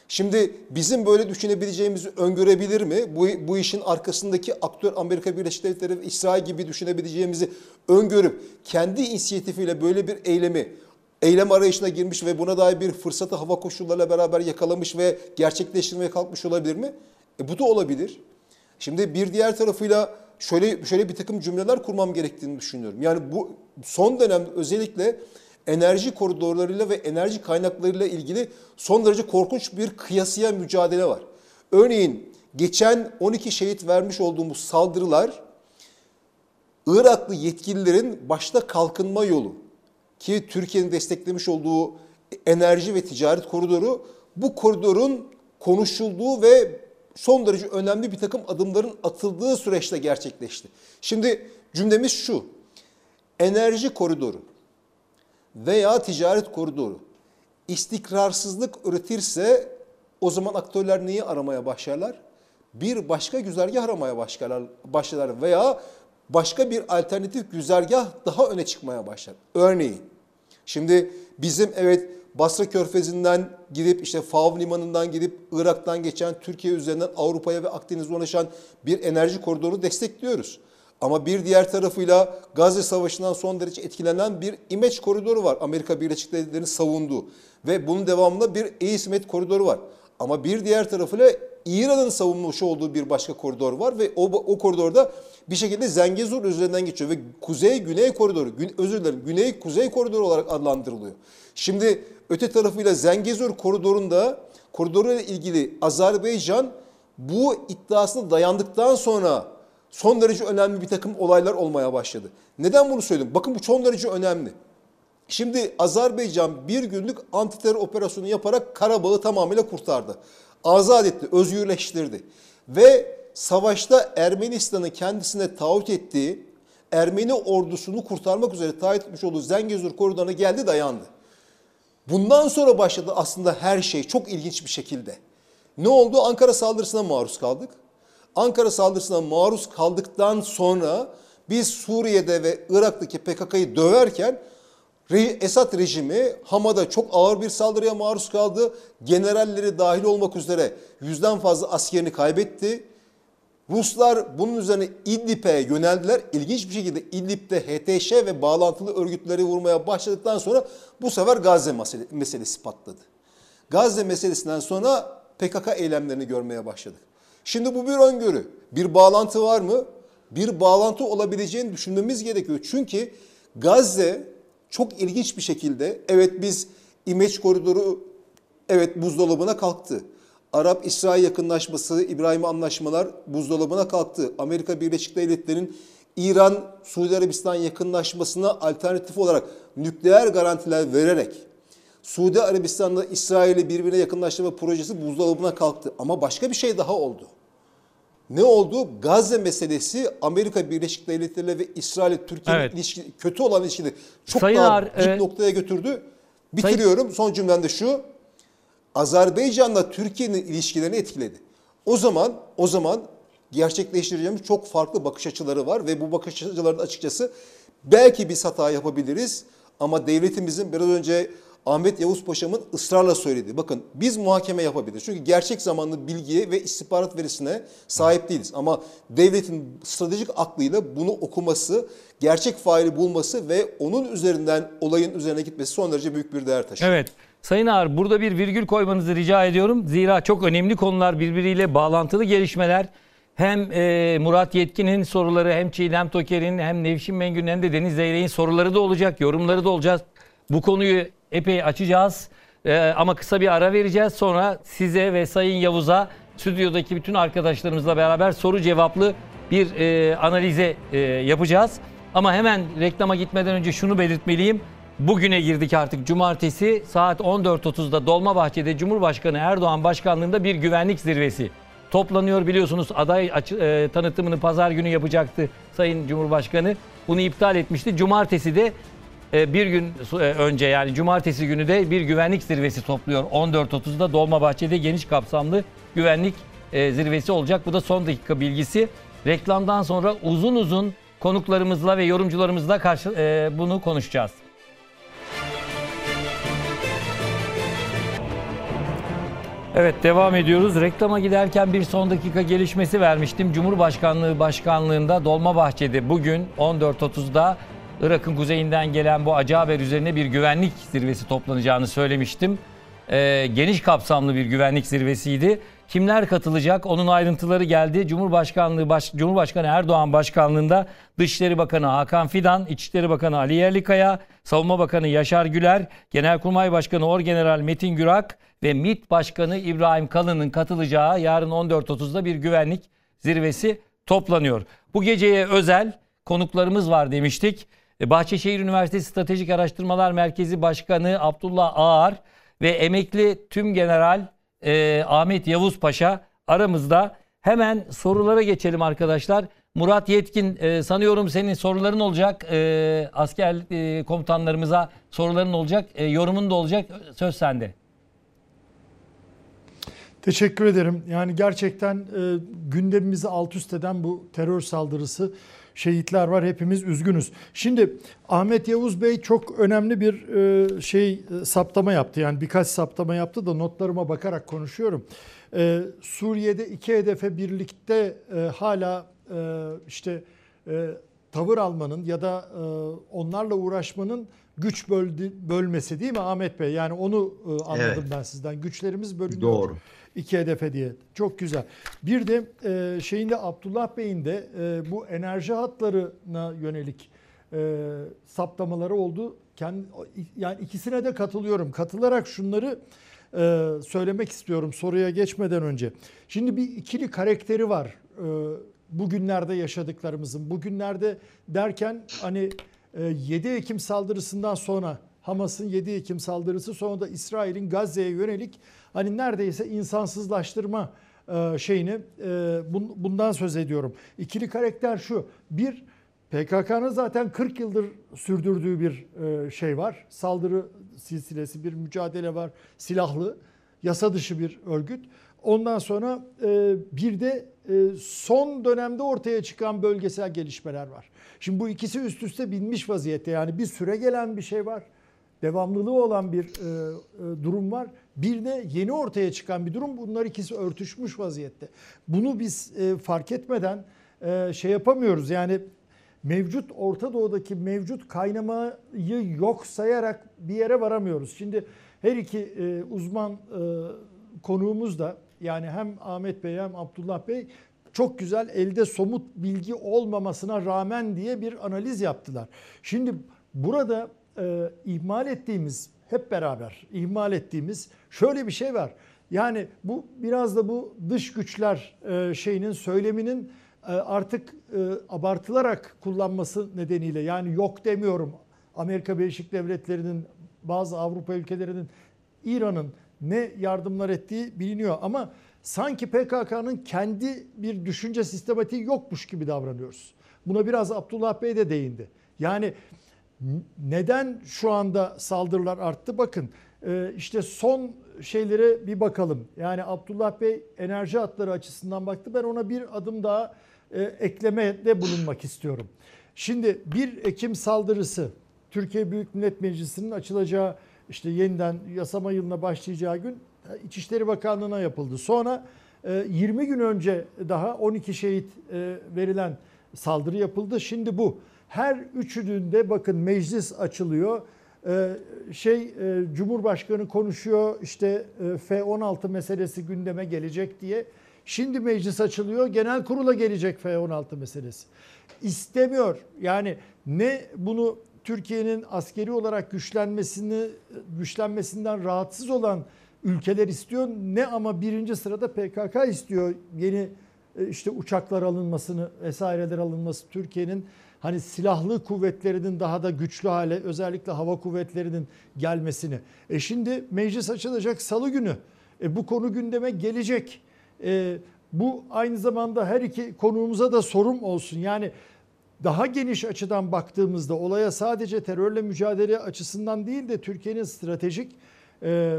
Şimdi bizim böyle düşünebileceğimizi öngörebilir mi? Bu, bu işin arkasındaki aktör Amerika Birleşik Devletleri ve İsrail gibi düşünebileceğimizi öngörüp kendi inisiyatifiyle böyle bir eylemi, eylem arayışına girmiş ve buna dair bir fırsatı hava koşullarıyla beraber yakalamış ve gerçekleştirmeye kalkmış olabilir mi? E bu da olabilir. Şimdi bir diğer tarafıyla şöyle şöyle bir takım cümleler kurmam gerektiğini düşünüyorum. Yani bu son dönemde özellikle enerji koridorlarıyla ve enerji kaynaklarıyla ilgili son derece korkunç bir kıyasıya mücadele var. Örneğin geçen on iki şehit vermiş olduğumuz saldırılar Iraklı yetkililerin başta kalkınma yolu ki Türkiye'nin desteklemiş olduğu enerji ve ticaret koridoru bu koridorun konuşulduğu ve son derece önemli bir takım adımların atıldığı süreçte gerçekleşti. Şimdi cümlemiz şu: enerji koridoru veya ticaret koridoru istikrarsızlık üretirse o zaman aktörler neyi aramaya başlarlar? Bir başka güzergah aramaya başlarlar, başlarlar veya başka bir alternatif güzergah daha öne çıkmaya başlar. Örneğin şimdi bizim evet Basra Körfezi'nden gidip işte Fav Limanı'ndan gidip Irak'tan geçen Türkiye üzerinden Avrupa'ya ve Akdeniz'e ulaşan bir enerji koridoru destekliyoruz. Ama bir diğer tarafıyla Gazze Savaşı'ndan son derece etkilenen bir İmeç koridoru var. Amerika Birleşik Devletleri'nin savunduğu ve bunun devamında bir Eğitim koridoru var. Ama bir diğer tarafıyla İran'ın savunmuş olduğu bir başka koridor var ve o, o koridorda bir şekilde Zengezur üzerinden geçiyor ve Kuzey-Güney koridoru, gün, özür dilerim Güney-Kuzey koridoru olarak adlandırılıyor. Şimdi öte tarafıyla Zengezur koridorunda koridoruyla ilgili Azerbaycan bu iddiasına dayandıktan sonra son derece önemli bir takım olaylar olmaya başladı. Neden bunu söyledim? Bakın bu son derece önemli. Şimdi Azerbaycan bir günlük antiterör operasyonu yaparak Karabağ'ı tamamıyla kurtardı. Azat etti, özgürleştirdi. Ve savaşta Ermenistan'ın kendisine taahhüt ettiği Ermeni ordusunu kurtarmak üzere taahhüt etmiş olduğu Zengezur koridoruna geldi, dayandı. Bundan sonra başladı aslında her şey çok ilginç bir şekilde. Ne oldu? Ankara saldırısına maruz kaldık. Ankara saldırısına maruz kaldıktan sonra biz Suriye'de ve Irak'taki P K K'yı döverken Esad rejimi Hama'da çok ağır bir saldırıya maruz kaldı. Generalleri dahil olmak üzere yüzden fazla askerini kaybetti. Ruslar bunun üzerine İdlib'e yöneldiler. İlginç bir şekilde İdlib'de H T Ş ve bağlantılı örgütleri vurmaya başladıktan sonra bu sefer Gazze meselesi patladı. Gazze meselesinden sonra P K K eylemlerini görmeye başladık. Şimdi bu bir öngörü. Bir bağlantı var mı? Bir bağlantı olabileceğini düşünmemiz gerekiyor. Çünkü Gazze çok ilginç bir şekilde, evet biz İmeç koridoru evet buzdolabına kalktı. Arap-İsrail yakınlaşması, İbrahim anlaşmalar buzdolabına kalktı. Amerika Birleşik Devletleri'nin İran-Suudi Arabistan yakınlaşmasına alternatif olarak nükleer garantiler vererek Suudi Arabistan'la İsrail'i birbirine yakınlaştırma projesi buzdolabına kalktı. Ama başka bir şey daha oldu. Ne oldu? Gazze meselesi Amerika Birleşik Devletleri ve İsrail Türkiye'nin evet. ilişki, kötü olan ilişkileri çok Sayın daha Ar, dip e, noktaya götürdü. Bitiriyorum. Sayın... Son cümlem de şu. Azerbaycan'la Türkiye'nin ilişkilerini etkiledi. O zaman o zaman gerçekleştireceğimiz çok farklı bakış açıları var ve bu bakış açılarında açıkçası belki biz hata yapabiliriz ama devletimizin biraz önce Ahmet Yavuz Paşa'mın ısrarla söylediği, bakın biz muhakeme yapabiliriz. Çünkü gerçek zamanlı bilgiye ve istihbarat verisine sahip değiliz. Ama devletin stratejik aklıyla bunu okuması, gerçek faili bulması ve onun üzerinden olayın üzerine gitmesi son derece büyük bir değer taşıyor. Evet. Sayın Ağar, burada bir virgül koymanızı rica ediyorum. Zira çok önemli konular, birbiriyle bağlantılı gelişmeler. Hem e, Murat Yetkin'in soruları, hem Çiğdem Toker'in, hem Nevşin Mengü'nün, hem de Deniz Zeyrek'in soruları da olacak, yorumları da olacak. Bu konuyu epey açacağız ee, ama kısa bir ara vereceğiz. Sonra size ve Sayın Yavuz'a, stüdyodaki bütün arkadaşlarımızla beraber soru cevaplı bir e, analize e, yapacağız. Ama hemen reklama gitmeden önce şunu belirtmeliyim. Bugüne girdik artık, cumartesi saat on dört otuzda Dolmabahçe'de Cumhurbaşkanı Erdoğan başkanlığında bir güvenlik zirvesi toplanıyor. Biliyorsunuz aday açı, e, tanıtımını pazar günü yapacaktı Sayın Cumhurbaşkanı. Bunu iptal etmişti. Cumartesi de bir gün önce, yani cumartesi günü de bir güvenlik zirvesi topluyor. on dört otuzda Dolmabahçe'de geniş kapsamlı güvenlik zirvesi olacak. Bu da son dakika bilgisi. Reklamdan sonra uzun uzun konuklarımızla ve yorumcularımızla karşı bunu konuşacağız. Evet, devam ediyoruz. Reklama giderken bir son dakika gelişmesi vermiştim. Cumhurbaşkanlığı Başkanlığı'nda Dolmabahçe'de bugün on dört otuzda Irak'ın kuzeyinden gelen bu acı haber üzerine bir güvenlik zirvesi toplanacağını söylemiştim. Ee, geniş kapsamlı bir güvenlik zirvesiydi. Kimler katılacak? Onun ayrıntıları geldi. Cumhurbaşkanlığı Baş, Cumhurbaşkanı Erdoğan Başkanlığında Dışişleri Bakanı Hakan Fidan, İçişleri Bakanı Ali Yerlikaya, Savunma Bakanı Yaşar Güler, Genelkurmay Başkanı Orgeneral Metin Gürak ve MİT Başkanı İbrahim Kalın'ın katılacağı yarın on dört otuzda bir güvenlik zirvesi toplanıyor. Bu geceye özel konuklarımız var demiştik. Bahçeşehir Üniversitesi Stratejik Araştırmalar Merkezi Başkanı Abdullah Ağar ve emekli Tümgeneral e, Ahmet Yavuz Paşa aramızda. Hemen sorulara geçelim arkadaşlar. Murat Yetkin, e, sanıyorum senin soruların olacak. E, asker e, komutanlarımıza soruların olacak. E, yorumun da olacak. Söz sende. Teşekkür ederim. Yani gerçekten e, gündemimizi alt üst eden bu terör saldırısı, şehitler var. Hepimiz üzgünüz. Şimdi Ahmet Yavuz Bey çok önemli bir e, şey e, saptama yaptı. Yani birkaç saptama yaptı da notlarıma bakarak konuşuyorum. E, Suriye'de iki hedefe birlikte e, hala e, işte e, tavır almanın ya da e, onlarla uğraşmanın güç böldü, bölmesi değil mi Ahmet Bey? Yani onu e, anladım evet. Ben sizden. Güçlerimiz bölünüyor. Doğru. İki hedefe diye. Çok güzel. Bir de e, şeyinde Abdullah Bey'in de e, bu enerji hatlarına yönelik e, saptamaları oldu. Kendi, yani ikisine de katılıyorum. Katılarak şunları e, söylemek istiyorum soruya geçmeden önce. Şimdi bir ikili karakteri var. E, bugünlerde yaşadıklarımızın. Bugünlerde derken hani e, yedi Ekim saldırısından sonra Hamas'ın yedi Ekim saldırısı, sonra da İsrail'in Gazze'ye yönelik hani neredeyse insansızlaştırma şeyini bundan söz ediyorum. İkili karakter şu. Bir, P K K'nın zaten kırk yıldır sürdürdüğü bir şey var. Saldırı silsilesi, bir mücadele var. Silahlı, yasa dışı bir örgüt. Ondan sonra bir de son dönemde ortaya çıkan bölgesel gelişmeler var. Şimdi bu ikisi üst üste binmiş vaziyette. Yani bir süre gelen bir şey var. Devamlılığı olan bir e, e, durum var. Bir de yeni ortaya çıkan bir durum. Bunlar ikisi örtüşmüş vaziyette. Bunu biz e, fark etmeden e, şey yapamıyoruz. Yani mevcut Orta Doğu'daki mevcut kaynamayı yok sayarak bir yere varamıyoruz. Şimdi her iki e, uzman e, konuğumuz da yani hem Ahmet Bey hem Abdullah Bey çok güzel elde somut bilgi olmamasına rağmen diye bir analiz yaptılar. Şimdi burada e, ihmal ettiğimiz, hep beraber ihmal ettiğimiz şöyle bir şey var. Yani bu biraz da bu dış güçler e, şeyinin söyleminin e, artık e, abartılarak kullanması nedeniyle, yani yok demiyorum, Amerika Birleşik Devletleri'nin, bazı Avrupa ülkelerinin, İran'ın ne yardımlar ettiği biliniyor ama sanki P K K'nın kendi bir düşünce sistematiği yokmuş gibi davranıyoruz. Buna biraz Abdullah Bey de değindi. Yani neden şu anda saldırılar arttı? Bakın işte son şeylere bir bakalım. Yani Abdullah Bey enerji hatları açısından baktı. Ben ona bir adım daha eklemede bulunmak istiyorum. Şimdi bir Ekim saldırısı, Türkiye Büyük Millet Meclisi'nin açılacağı, işte yeniden yasama yılına başlayacağı gün İçişleri Bakanlığı'na yapıldı. Sonra yirmi gün önce daha on iki şehit verilen saldırı yapıldı. Şimdi bu. Her üçünde bakın meclis açılıyor. Şey Cumhurbaşkanı konuşuyor, işte F on altı meselesi gündeme gelecek diye. Şimdi meclis açılıyor, genel kurula gelecek F on altı meselesi. İstemiyor. Yani ne bunu Türkiye'nin askeri olarak güçlenmesini güçlenmesinden rahatsız olan ülkeler istiyor, ne ama birinci sırada P K K istiyor. Yeni işte uçaklar alınmasını, vesaireler alınması, Türkiye'nin hani silahlı kuvvetlerinin daha da güçlü hale, özellikle hava kuvvetlerinin gelmesini. E şimdi meclis açılacak salı günü. E bu konu gündeme gelecek. E bu aynı zamanda her iki konuğumuza da sorum olsun. Yani daha geniş açıdan baktığımızda olaya sadece terörle mücadele açısından değil de Türkiye'nin stratejik e,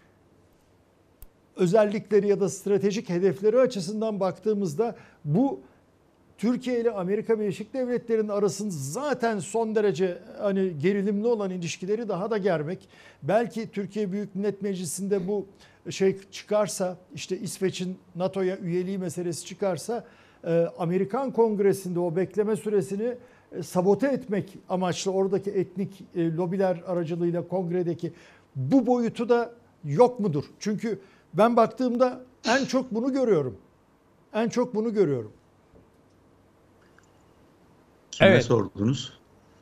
özellikleri ya da stratejik hedefleri açısından baktığımızda bu Türkiye ile Amerika Birleşik Devletleri'nin arasında zaten son derece hani gerilimli olan ilişkileri daha da germek. Belki Türkiye Büyük Millet Meclisi'nde bu şey çıkarsa, işte İsveç'in NATO'ya üyeliği meselesi çıkarsa, e, Amerikan Kongresi'nde o bekleme süresini e, sabote etmek amaçlı oradaki etnik e, lobiler aracılığıyla kongredeki bu boyutu da yok mudur? Çünkü ben baktığımda en çok bunu görüyorum. En çok bunu görüyorum. Kime Evet. sordunuz?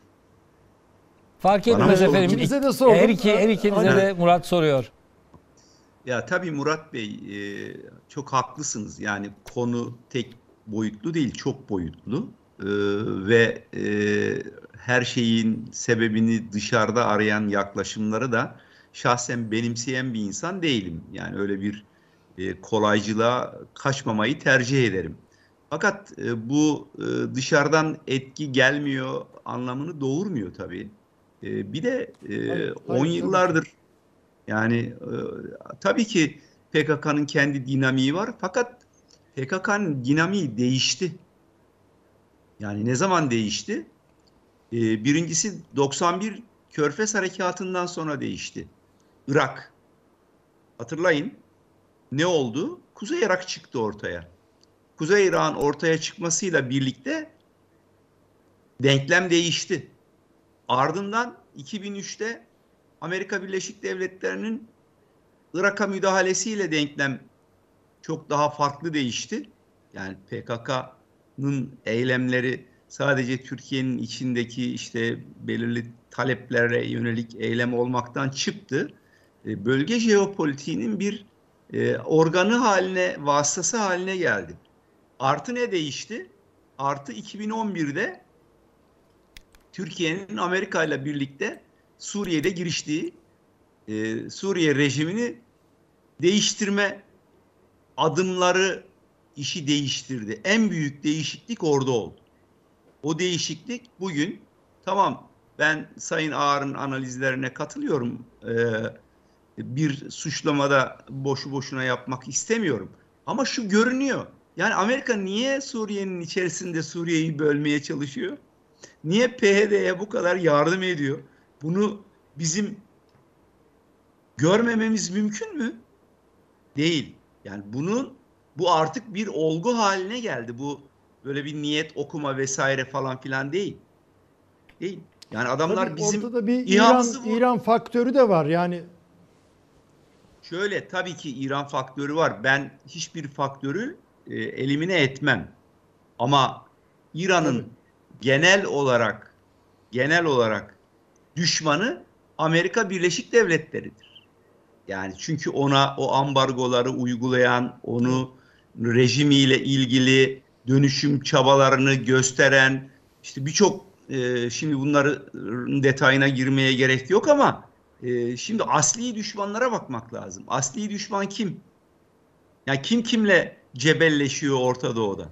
Fark Bana etmez mı efendim. İkinize de sordum. Her iki, her ikinize Aynen. de Murat soruyor. Ya tabii Murat Bey, e, çok haklısınız. Yani konu tek boyutlu değil, çok boyutlu. E, ve e, her şeyin sebebini dışarıda arayan yaklaşımları da şahsen benimseyen bir insan değilim. Yani öyle bir e, kolaycılığa kaçmamayı tercih ederim. Fakat e, bu e, dışarıdan etki gelmiyor anlamını doğurmuyor tabii. E, bir de e, Hayır, on hayır, yıllardır yani e, tabii ki P K K'nın kendi dinamiği var, fakat P K K'nın dinamiği değişti. Yani ne zaman değişti? E, birincisi doksan bir Körfez Harekatı'ndan sonra değişti. Irak. Hatırlayın, ne oldu? Kuzey Irak çıktı ortaya. Kuzey Irak'ın ortaya çıkmasıyla birlikte denklem değişti. Ardından iki bin üçte Amerika Birleşik Devletleri'nin Irak'a müdahalesiyle denklem çok daha farklı değişti. Yani P K K'nın eylemleri sadece Türkiye'nin içindeki işte belirli taleplere yönelik eylem olmaktan çıktı. Bölge jeopolitiğinin bir e, organı haline, vasıtası haline geldi. Artı ne değişti? Artı iki bin on birde Türkiye'nin Amerika ile birlikte Suriye'de giriştiği e, Suriye rejimini değiştirme adımları işi değiştirdi. En büyük değişiklik orada oldu. O değişiklik bugün, tamam, ben Sayın Ağar'ın analizlerine katılıyorum. Ee, bir suçlamada boşu boşuna yapmak istemiyorum. Ama şu görünüyor. Yani Amerika niye Suriye'nin içerisinde Suriye'yi bölmeye çalışıyor? Niye P H D'ye bu kadar yardım ediyor? Bunu bizim görmememiz mümkün mü? Değil. Yani bunun bu artık bir olgu haline geldi. Bu böyle bir niyet okuma vesaire falan filan değil. Değil. Yani adamlar Tabii bizim ortada bir İran, İHA'mızı vur- İran faktörü de var. Yani Şöyle, tabii ki İran faktörü var. Ben hiçbir faktörü e, elimine etmem. Ama İran'ın Tabii. genel olarak genel olarak düşmanı Amerika Birleşik Devletleri'dir. Yani çünkü ona o ambargoları uygulayan, onu rejimiyle ilgili dönüşüm çabalarını gösteren, işte birçok e, şimdi bunların detayına girmeye gerek yok ama e, şimdi asli düşmanlara bakmak lazım. Asli düşman kim? Yani kim kimle cebelleşiyor Orta Doğu'da,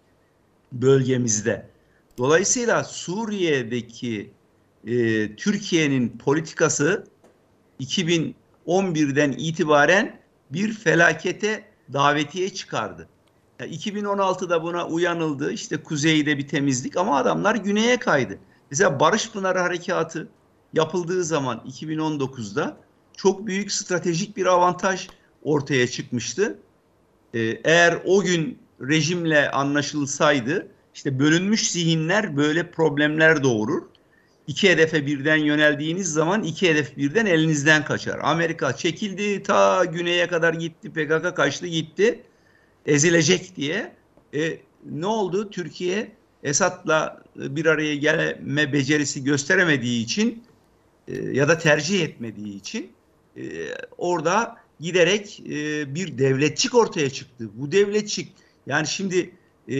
bölgemizde? Dolayısıyla Suriye'deki e, Türkiye'nin politikası iki bin on birden itibaren bir felakete davetiye çıkardı. Yani iki bin on altıda buna uyanıldı. İşte kuzeyde bir temizlik ama adamlar güneye kaydı. Mesela Barış Pınarı Harekatı yapıldığı zaman iki bin on dokuzda çok büyük stratejik bir avantaj ortaya çıkmıştı. Ee, eğer o gün rejimle anlaşılsaydı, işte bölünmüş zihinler böyle problemler doğurur. İki hedefe birden yöneldiğiniz zaman iki hedef birden elinizden kaçar. Amerika çekildi, ta güneye kadar gitti, P K K kaçtı gitti, ezilecek diye. E, ne oldu? Türkiye Esad'la bir araya gelme becerisi gösteremediği için e, ya da tercih etmediği için e, orada giderek e, bir devletçik ortaya çıktı. Bu devletçik, yani şimdi e,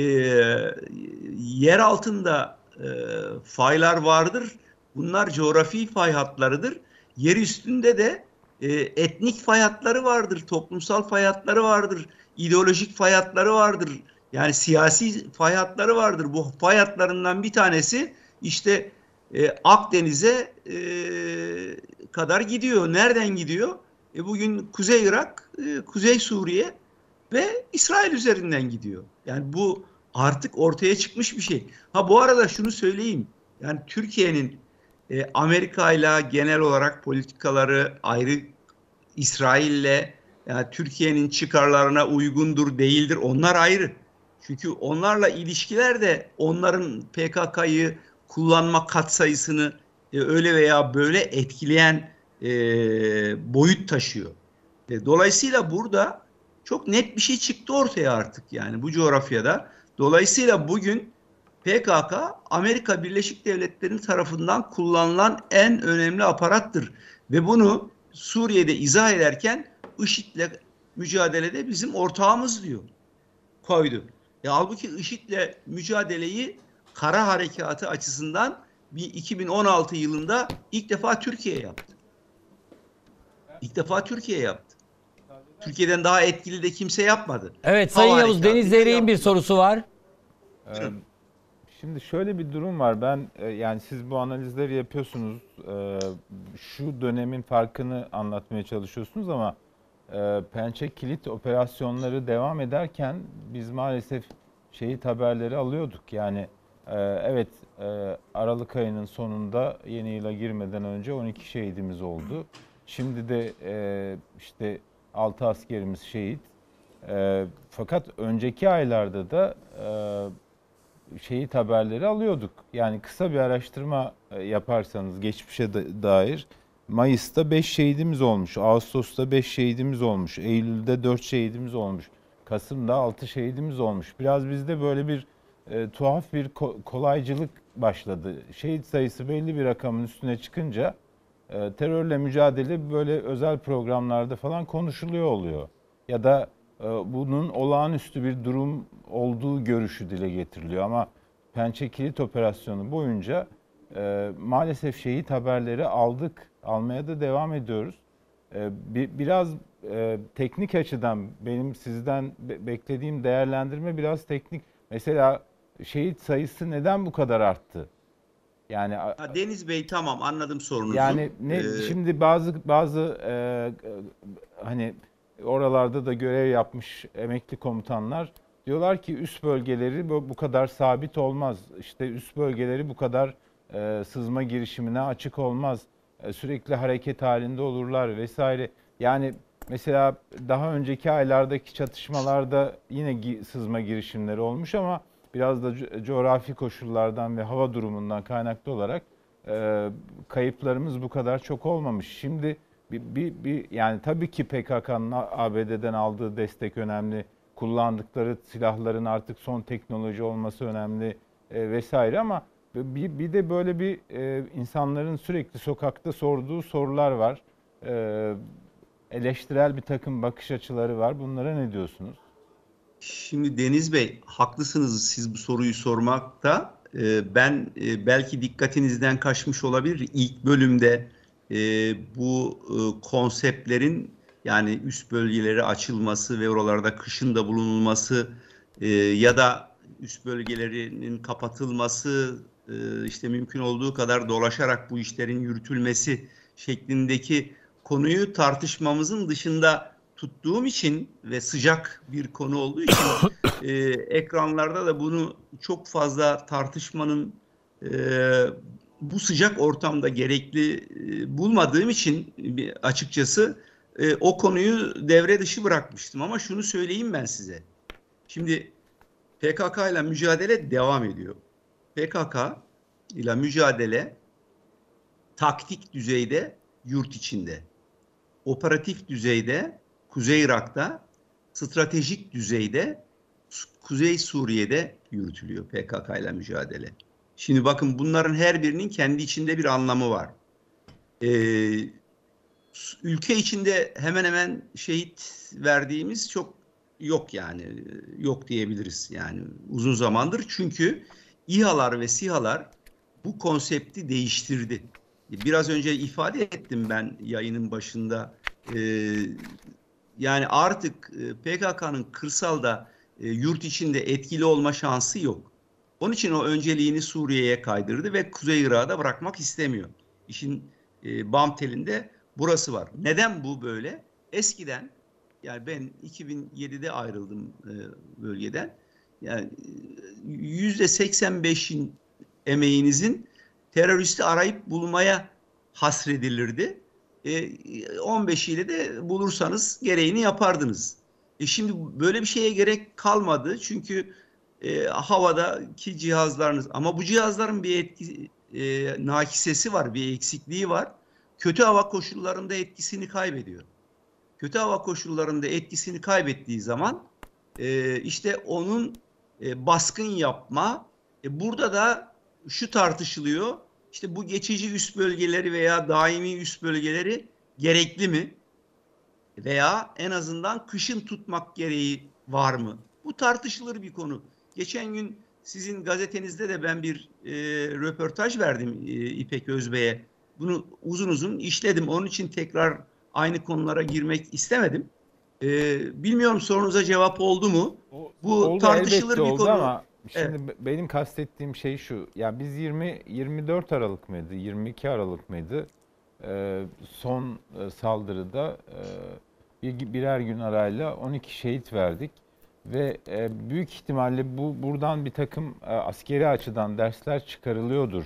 yer altında e, faylar vardır. Bunlar coğrafi fay hatlarıdır. Yer üstünde de e, etnik fay hatları vardır, toplumsal fay hatları vardır, ideolojik fay hatları vardır. Yani siyasi fay hatları vardır. Bu fay hatlarından bir tanesi işte e, Akdeniz'e e, kadar gidiyor. Nereden gidiyor? E, bugün Kuzey Irak, e, Kuzey Suriye ve İsrail üzerinden gidiyor. Yani bu artık ortaya çıkmış bir şey. Ha, bu arada şunu söyleyeyim. Yani Türkiye'nin e, Amerika ile genel olarak politikaları ayrı, İsrail'le yani Türkiye'nin çıkarlarına uygundur, değildir. Onlar ayrı. Çünkü onlarla ilişkiler de onların P K K'yı kullanma katsayısını e, öyle veya böyle etkileyen e, boyut taşıyor. E, dolayısıyla burada çok net bir şey çıktı ortaya artık yani bu coğrafyada. Dolayısıyla bugün P K K Amerika Birleşik Devletleri'nin tarafından kullanılan en önemli aparattır. Ve bunu Suriye'de izah ederken IŞİD'le mücadelede bizim ortağımız diyor, koydu. Ya halbuki IŞİD'le mücadeleyi kara harekatı açısından bir iki bin on altı yılında ilk defa Türkiye yaptı. İlk defa Türkiye yaptı. Türkiye'den daha etkili de kimse yapmadı. Evet Sayın Hava Yavuz, Deniz Zeyrek'in bir sorusu var. Ee, Şimdi şöyle bir durum var. Ben e, yani siz bu analizleri yapıyorsunuz. E, şu dönemin farkını anlatmaya çalışıyorsunuz ama e, Pençe Kilit operasyonları devam ederken biz maalesef şehit haberleri alıyorduk. Yani e, evet e, Aralık ayının sonunda yeni yıla girmeden önce on iki şehidimiz oldu. Şimdi de e, işte altı askerimiz şehit. E, fakat önceki aylarda da e, şehit haberleri alıyorduk. Yani kısa bir araştırma yaparsanız geçmişe dair Mayıs'ta beş şehidimiz olmuş, Ağustos'ta beş şehidimiz olmuş, Eylül'de dört şehidimiz olmuş, Kasım'da altı şehidimiz olmuş. Biraz bizde böyle bir e, tuhaf bir ko- kolaycılık başladı. Şehit sayısı belli bir rakamın üstüne çıkınca e, terörle mücadele böyle özel programlarda falan konuşuluyor oluyor. Ya da bunun olağanüstü bir durum olduğu görüşü dile getiriliyor. Ama Pençe Kilit operasyonu boyunca e, maalesef şehit haberleri aldık, almaya da devam ediyoruz. E, bir, biraz e, teknik açıdan benim sizden be- beklediğim değerlendirme biraz teknik. Mesela şehit sayısı neden bu kadar arttı? Yani Ha, Deniz Bey tamam anladım sorunuzu. yani ne Ee, şimdi bazı bazı e, hani oralarda da görev yapmış emekli komutanlar diyorlar ki üst bölgeleri bu, bu kadar sabit olmaz. İşte üst bölgeleri bu kadar e, sızma girişimine açık olmaz. E, sürekli hareket halinde olurlar vesaire. Yani mesela daha önceki aylardaki çatışmalarda yine gi- sızma girişimleri olmuş ama biraz da co- coğrafi koşullardan ve hava durumundan kaynaklı olarak e, kayıplarımız bu kadar çok olmamış. Şimdi bir, bir, bir yani tabii ki P K K'nın A B D'den aldığı destek önemli, kullandıkları silahların artık son teknoloji olması önemli e, vesaire ama bir, bir de böyle bir e, insanların sürekli sokakta sorduğu sorular var. E, eleştirel bir takım bakış açıları var. Bunlara ne diyorsunuz? Şimdi Deniz Bey haklısınız siz bu soruyu sormakta. Ee, ben e, belki dikkatinizden kaçmış olabilir. İlk bölümde e, bu e, konseptlerin yani üst bölgeleri açılması ve oralarda kışın da bulunulması e, ya da üst bölgelerinin kapatılması e, işte mümkün olduğu kadar dolaşarak bu işlerin yürütülmesi şeklindeki konuyu tartışmamızın dışında tuttuğum için ve sıcak bir konu olduğu için e, ekranlarda da bunu çok fazla tartışmanın e, bu sıcak ortamda gerekli e, bulmadığım için açıkçası e, o konuyu devre dışı bırakmıştım. Ama şunu söyleyeyim ben size. Şimdi P K K ile mücadele devam ediyor. P K K ile mücadele taktik düzeyde yurt içinde, operatif düzeyde Kuzey Irak'ta, stratejik düzeyde Kuzey Suriye'de yürütülüyor P K K ile mücadele. Şimdi bakın bunların her birinin kendi içinde bir anlamı var. Ee, ülke içinde hemen hemen şehit verdiğimiz çok yok yani yok diyebiliriz yani uzun zamandır çünkü İHA'lar ve SİHA'lar bu konsepti değiştirdi. Biraz önce ifade ettim ben yayının başında. Ee, yani artık P K K'nın kırsalda e, yurt içinde etkili olma şansı yok. Onun için o önceliğini Suriye'ye kaydırdı ve Kuzey Irak'da bırakmak istemiyor. İşin e, bam telinde burası var. Neden bu böyle? Eskiden yani ben iki bin yedide ayrıldım e, bölgeden. Yani yüzde seksen beşin emeğinizin teröristi arayıp bulmaya hasredilirdi. on beşiyle de bulursanız gereğini yapardınız. E şimdi böyle bir şeye gerek kalmadı. Çünkü e, havadaki cihazlarınız, ama bu cihazların bir etki, e, nakisesi var, bir eksikliği var. Kötü hava koşullarında etkisini kaybediyor. Kötü hava koşullarında etkisini kaybettiği zaman e, işte onun e, baskın yapma, e, burada da şu tartışılıyor. İşte bu geçici üst bölgeleri veya daimi üst bölgeleri gerekli mi? Veya en azından kışın tutmak gereği var mı? Bu tartışılır bir konu. Geçen gün sizin gazetenizde de ben bir e, röportaj verdim e, İpek Özbey'e. Bunu uzun uzun işledim. Onun için tekrar aynı konulara girmek istemedim. E, bilmiyorum, sorunuza cevap oldu mu? O, Bu oldu, tartışılır bir oldu konu. Ama şimdi Evet. benim kastettiğim şey şu. Ya biz yirmi yirmi dört Aralık mıydı? yirmi iki Aralık mıydı? Ee, son e, saldırıda e, bir, birer gün arayla on iki şehit verdik ve e, büyük ihtimalle bu buradan bir takım e, askeri açıdan dersler çıkarılıyordur.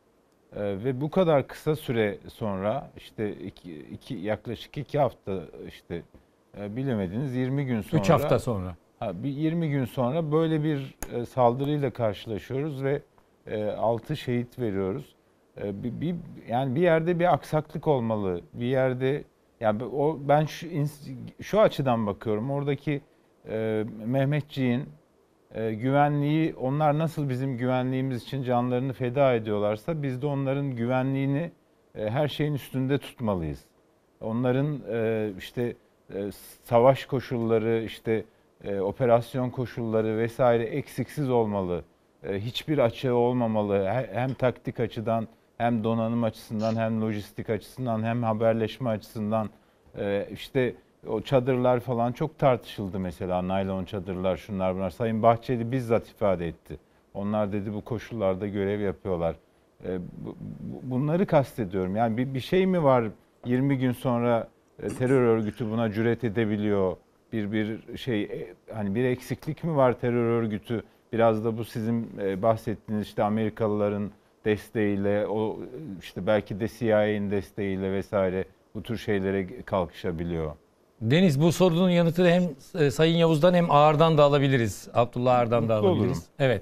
E, ve bu kadar kısa süre sonra, işte iki, iki yaklaşık iki hafta, işte e, bilemediniz yirmi gün sonra. üç hafta sonra. Ha, bir yirmi gün sonra böyle bir e, saldırıyla karşılaşıyoruz ve e, altı şehit veriyoruz. E, bir, bir yani bir yerde bir aksaklık olmalı. Bir yerde, yani o ben şu şu açıdan bakıyorum. Oradaki e, Mehmetçiğin e, güvenliği, onlar nasıl bizim güvenliğimiz için canlarını feda ediyorlarsa biz de onların güvenliğini e, her şeyin üstünde tutmalıyız. Onların e, işte e, savaş koşulları, işte E, operasyon koşulları vesaire eksiksiz olmalı. E, hiçbir açığı olmamalı. Hem taktik açıdan, hem donanım açısından, hem lojistik açısından, hem haberleşme açısından. E, işte o çadırlar falan çok tartışıldı mesela. Naylon çadırlar, şunlar bunlar. Sayın Bahçeli bizzat ifade etti. Onlar dedi bu koşullarda görev yapıyorlar. E, bu, bunları kastediyorum. Yani bir, bir şey mi var yirmi gün sonra e, terör örgütü buna cüret edebiliyor? Bir bir şey, hani bir eksiklik mi var terör örgütü? Biraz da bu sizin bahsettiğiniz işte Amerikalıların desteğiyle, o işte belki de C I A'nin desteğiyle vesaire bu tür şeylere kalkışabiliyor. Deniz, bu sorunun yanıtını hem Sayın Yavuz'dan hem Ağar'dan da alabiliriz. Abdullah Ağar'dan da alabiliriz. Olurum. Evet.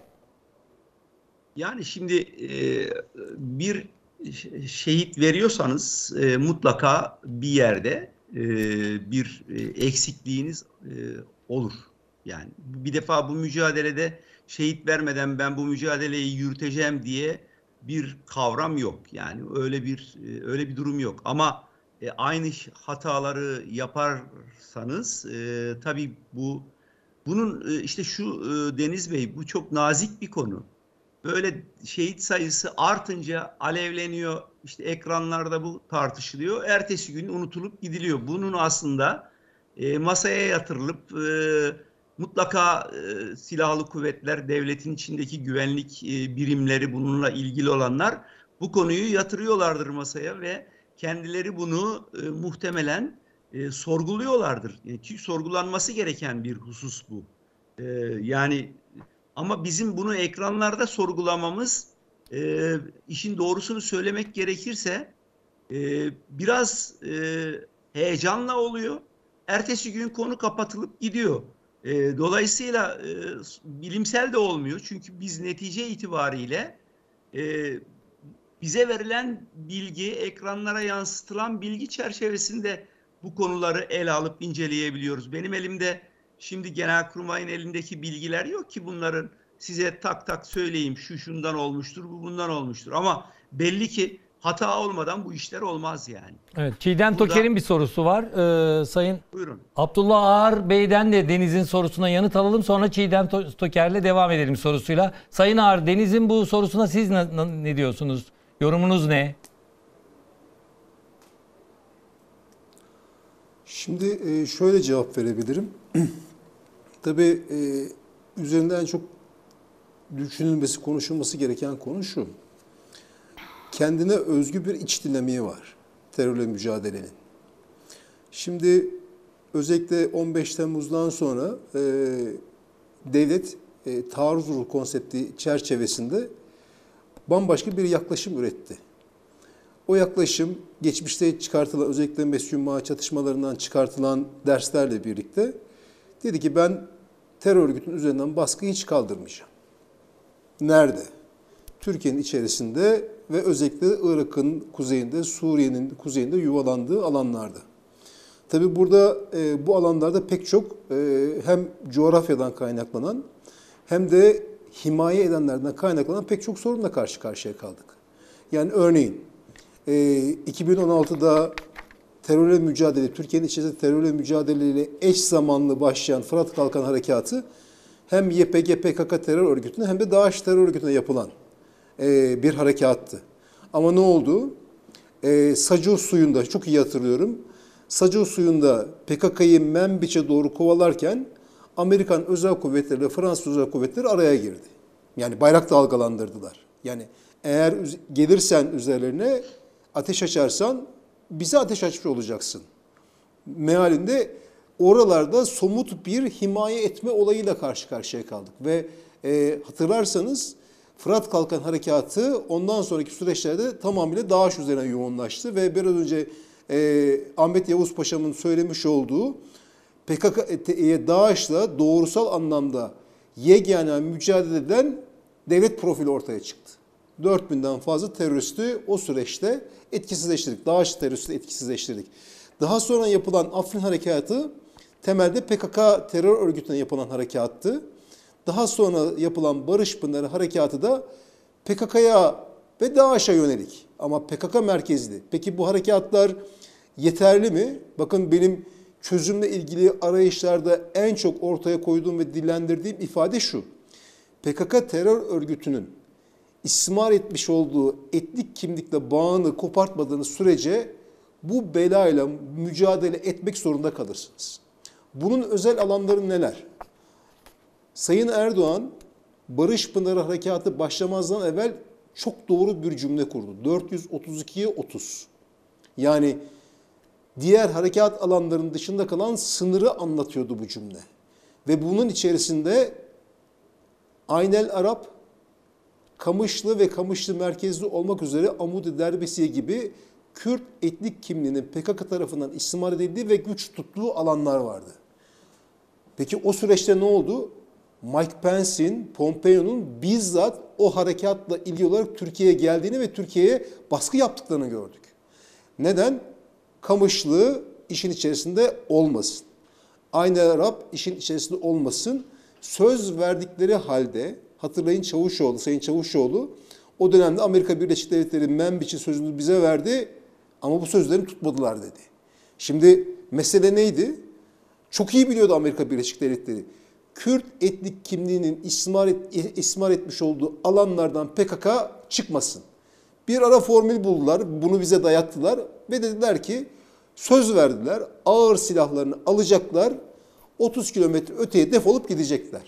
Yani şimdi bir şehit veriyorsanız mutlaka bir yerde bir eksikliğiniz olur. Yani bir defa bu mücadelede şehit vermeden ben bu mücadeleyi yürüteceğim diye bir kavram yok. Yani öyle bir öyle bir durum yok. Ama aynı hataları yaparsanız tabii bu bunun işte şu Deniz Bey, bu çok nazik bir konu. Böyle şehit sayısı artınca alevleniyor. İşte ekranlarda bu tartışılıyor. Ertesi gün unutulup gidiliyor. Bunun aslında e, masaya yatırılıp e, mutlaka e, silahlı kuvvetler, devletin içindeki güvenlik e, birimleri, bununla ilgili olanlar bu konuyu yatırıyorlardır masaya ve kendileri bunu e, muhtemelen e, sorguluyorlardır. E, ki sorgulanması gereken bir husus bu. E, yani ama bizim bunu ekranlarda sorgulamamız, e, işin doğrusunu söylemek gerekirse e, biraz e, heyecanla oluyor. Ertesi gün konu kapatılıp gidiyor. E, dolayısıyla e, bilimsel de olmuyor. Çünkü biz netice itibariyle e, bize verilen bilgi, ekranlara yansıtılan bilgi çerçevesinde bu konuları ele alıp inceleyebiliyoruz. Benim elimde şimdi Genelkurmay'ın elindeki bilgiler yok ki bunların size tak tak söyleyeyim, şu şundan olmuştur, bu bundan olmuştur. Ama belli ki hata olmadan bu işler olmaz yani. Evet, Çiğdem Burada, Toker'in bir sorusu var. Ee, Sayın buyurun. Abdullah Ağar Bey'den de Deniz'in sorusuna yanıt alalım. Sonra Çiğdem Toker'le devam edelim sorusuyla. Sayın Ağar, Deniz'in bu sorusuna siz ne, ne diyorsunuz? Yorumunuz ne? Şimdi şöyle cevap verebilirim. Tabii üzerinden çok düşünülmesi, konuşulması gereken konu şu. Kendine özgü bir iç dinamiği var terörle mücadelenin. Şimdi özellikle on beş Temmuz'dan sonra e, devlet e, taarruz ruhu konsepti çerçevesinde bambaşka bir yaklaşım üretti. O yaklaşım geçmişte çıkartılan, özellikle Mesyunma çatışmalarından çıkartılan derslerle birlikte dedi ki ben terör örgütünün üzerinden baskıyı hiç kaldırmayacağım. Nerede? Türkiye'nin içerisinde ve özellikle Irak'ın kuzeyinde, Suriye'nin kuzeyinde yuvalandığı alanlarda. Tabii burada e, bu alanlarda pek çok e, hem coğrafyadan kaynaklanan hem de himaye edenlerden kaynaklanan pek çok sorunla karşı karşıya kaldık. Yani örneğin e, iki bin on altıda terörle mücadele, Türkiye'nin içerisinde terörle mücadeleyle eş zamanlı başlayan Fırat Kalkan Harekatı hem Y P G P K K terör örgütüne hem de DAEŞ terör örgütüne yapılan e, bir harekattı. Ama ne oldu? E, Saco suyunda, çok iyi hatırlıyorum, Saco suyunda P K K'yı Menbiç'e doğru kovalarken Amerikan özel kuvvetleri ile Fransız özel kuvvetleri araya girdi. Yani bayrak dalgalandırdılar. Yani eğer gelirsen üzerlerine ateş açarsan bize ateş açmış olacaksın mealinde oralarda somut bir himaye etme olayıyla karşı karşıya kaldık. Ve e, hatırlarsanız Fırat Kalkan Harekatı ondan sonraki süreçlerde tamamıyla DAEŞ üzerine yoğunlaştı ve biraz önce e, Ahmet Yavuz Paşa'nın söylemiş olduğu P K K'ye DAEŞ'la doğrusal anlamda yegane mücadele eden devlet profili ortaya çıktı. dört binden fazla teröristi o süreçte etkisizleştirdik. DAEŞ teröristi etkisizleştirdik. Daha sonra yapılan Afrin Harekatı temelde P K K terör örgütüne yapılan harekattı. Daha sonra yapılan Barış Pınarı Harekatı da P K K'ya ve DAEŞ'e yönelik ama P K K merkezli. Peki bu harekatlar yeterli mi? Bakın benim çözümle ilgili arayışlarda en çok ortaya koyduğum ve dillendirdiğim ifade şu. P K K terör örgütünün istismar etmiş olduğu etnik kimlikle bağını kopartmadığınız sürece bu belayla mücadele etmek zorunda kalırsınız. Bunun özel alanları neler? Sayın Erdoğan, Barış Pınarı Harekatı başlamazdan evvel çok doğru bir cümle kurdu. dört yüz otuz ikiye otuz. Yani diğer harekat alanlarının dışında kalan sınırı anlatıyordu bu cümle. Ve bunun içerisinde Aynel Arap, Kamışlı ve Kamışlı merkezli olmak üzere Amudi Derbesiye gibi Kürt etnik kimliğinin P K K tarafından istismar edildiği ve güç tuttuğu alanlar vardı. Peki o süreçte ne oldu? Mike Pence'in, Pompeo'nun bizzat o harekatla ilgili olarak Türkiye'ye geldiğini ve Türkiye'ye baskı yaptıklarını gördük. Neden? Kamışlı işin içerisinde olmasın. Aynel Arap işin içerisinde olmasın. Söz verdikleri halde, hatırlayın Çavuşoğlu, Sayın Çavuşoğlu o dönemde Amerika Birleşik Devletleri Menbiç'in sözünü bize verdi ama bu sözlerini tutmadılar dedi. Şimdi mesele neydi? Çok iyi biliyordu Amerika Birleşik Devletleri. Kürt etnik kimliğinin istismar, et, istismar etmiş olduğu alanlardan P K K çıkmasın. Bir ara formül buldular, bunu bize dayattılar ve dediler ki söz verdiler, ağır silahlarını alacaklar, otuz kilometre öteye defolup gidecekler.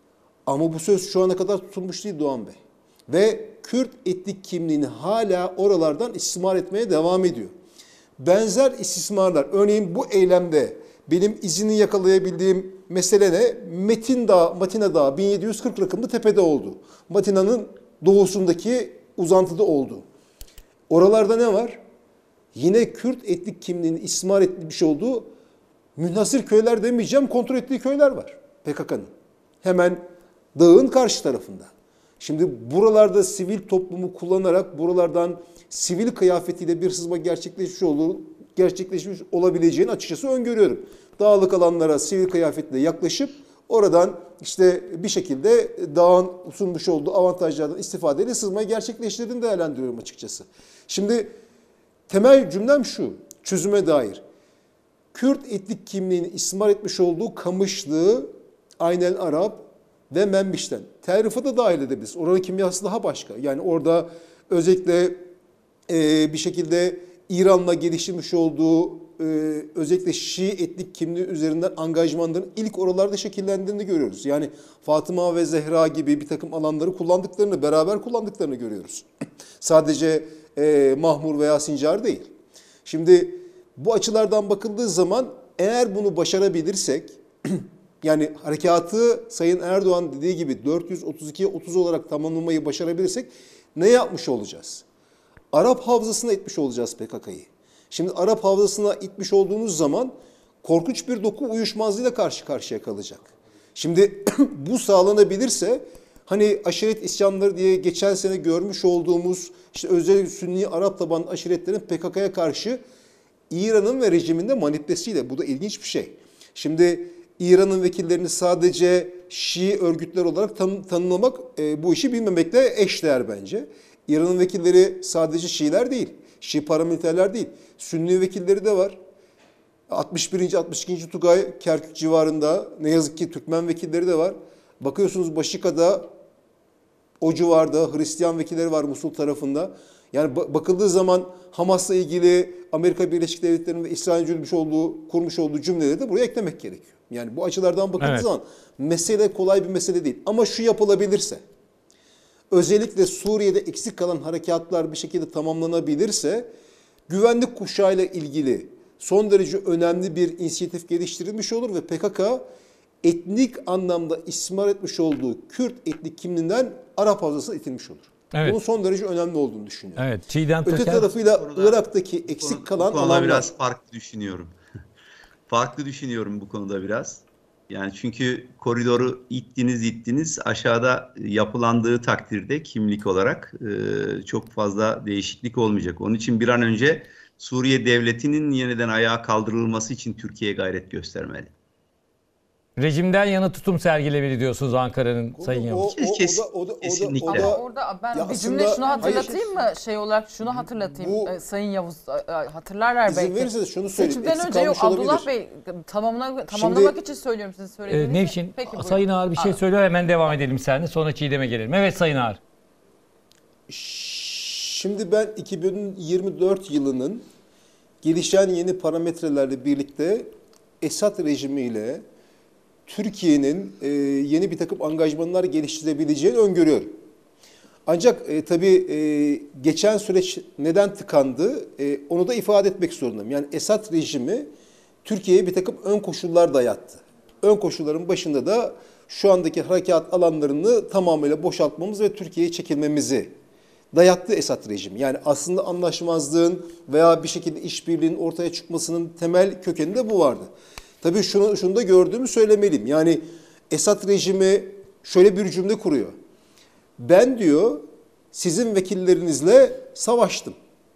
Ama bu söz şu ana kadar tutulmuş değil Doğan Bey. Ve Kürt etnik kimliğini hala oralardan istismar etmeye devam ediyor. Benzer istismarlar, örneğin bu eylemde benim izini yakalayabildiğim mesele ne? Metin Dağı, Matina Dağı bin yedi yüz kırk rakımlı tepede oldu. Matina'nın doğusundaki uzantıda oldu. Oralarda ne var? Yine Kürt etnik kimliğini istismar etmiş olduğu münhasır köyler demeyeceğim, kontrol ettiği köyler var P K K'nın. Hemen dağın karşı tarafında. Şimdi buralarda sivil toplumu kullanarak buralardan sivil kıyafetiyle bir sızma gerçekleşmiş olur, gerçekleşmiş olabileceğini açıkçası öngörüyorum. Dağlık alanlara sivil kıyafetle yaklaşıp oradan işte bir şekilde dağın sunmuş olduğu avantajlardan istifadeyle sızmayı gerçekleştirdiğini değerlendiriyorum açıkçası. Şimdi temel cümlem şu, çözüme dair. Kürt etnik kimliğini istismar etmiş olduğu Kamışlı, Aynel Arap ve Menbiç'ten. Tel Rif'i de dahil edebiliriz. Oranın kimyası daha başka. Yani orada özellikle e, bir şekilde İran'la geliştirmiş olduğu e, özellikle Şii etnik kimliği üzerinden angajmanların ilk oralarda şekillendiğini görüyoruz. Yani Fatıma ve Zehra gibi bir takım alanları kullandıklarını, beraber kullandıklarını görüyoruz. Sadece e, Mahmur veya Sincar değil. Şimdi bu açılardan bakıldığı zaman eğer bunu başarabilirsek, yani harekatı Sayın Erdoğan dediği gibi dört yüz otuz ikiye otuz olarak tamamlamayı başarabilirsek ne yapmış olacağız? Arap Havzası'na itmiş olacağız P K K'yı. Şimdi Arap Havzası'na itmiş olduğunuz zaman korkunç bir doku uyuşmazlığıyla karşı karşıya kalacak. Şimdi bu sağlanabilirse hani aşiret isyanları diye geçen sene görmüş olduğumuz işte özellikle Sünni Arap tabanlı aşiretlerin P K K'ya karşı İran'ın ve rejiminde manipülesiyle, bu da ilginç bir şey. Şimdi İran'ın vekillerini sadece Şii örgütler olarak tan tanımlamak e, bu işi bilmemekle eşdeğer bence. İran'ın vekilleri sadece Şiiler değil, Şii paramiliterler değil, Sünni vekilleri de var. altmış birinci altmış ikinci Tugay Kerkük civarında ne yazık ki Türkmen vekilleri de var. Bakıyorsunuz Başika'da o civarda Hristiyan vekilleri var Musul tarafında. Yani bakıldığı zaman Hamas'la ilgili Amerika Birleşik Devletleri'nin ve İsrail'in yürümüş olduğu, kurmuş olduğu cümleleri de buraya eklemek gerekiyor. Yani bu açılardan bakıldığı evet. zaman mesele kolay bir mesele değil. Ama şu yapılabilirse, özellikle Suriye'de eksik kalan harekatlar bir şekilde tamamlanabilirse, güvenlik kuşağıyla ilgili son derece önemli bir inisiyatif geliştirilmiş olur ve P K K etnik anlamda istismar etmiş olduğu Kürt etnik kimliğinden Arap Havzası'na itilmiş olur. Evet. Bunun son derece önemli olduğunu düşünüyorum. Evet. Çiğdem Öte Toker, tarafıyla konuda, Irak'taki eksik konu, kalan bu konuda alanlar. biraz farklı düşünüyorum. farklı düşünüyorum bu konuda biraz. Yani çünkü koridoru ittiniz ittiniz aşağıda yapılandığı takdirde kimlik olarak e, çok fazla değişiklik olmayacak. Onun için bir an önce Suriye devletinin yeniden ayağa kaldırılması için Türkiye gayret göstermeli. Rejimden yana tutum sergilemeli diyorsunuz Ankara'nın Sayın Yavuz. Kesinlikle. Ama orada ben ya bir cümle aslında, şunu hatırlatayım hayır, mı? Şey olarak şunu hatırlatayım. bu, e, Sayın Yavuz e, hatırlarlar izin belki. verirseniz şunu söyleyeyim. Seçimden önce yok Abdullah Bey tamamla, tamamlamak Şimdi, için söylüyorum size söylediğinizi. E, Nevşin, Peki, Sayın Ağar bir şey söylüyor, hemen devam edelim seninle. Sonra Çiğdem'e gelelim. Evet Sayın Ağar. Şimdi ben iki bin yirmi dört yılının gelişen yeni parametrelerle birlikte Esad rejimiyle Türkiye'nin e, yeni bir takım angajmanlar geliştirebileceğini öngörüyorum. Ancak e, tabii e, geçen süreç neden tıkandı e, onu da ifade etmek zorundayım. Yani Esad rejimi Türkiye'ye bir takım ön koşullar dayattı. Ön koşulların başında da şu andaki harekat alanlarını tamamıyla boşaltmamız ve Türkiye'ye çekilmemizi dayattı Esad rejimi. Yani aslında anlaşmazlığın veya bir şekilde işbirliğinin ortaya çıkmasının temel kökeninde bu vardı. Tabii şunu, şunu da gördüğümü söylemeliyim. Yani Esad rejimi şöyle bir cümle kuruyor. Ben diyor sizin vekillerinizle savaştım.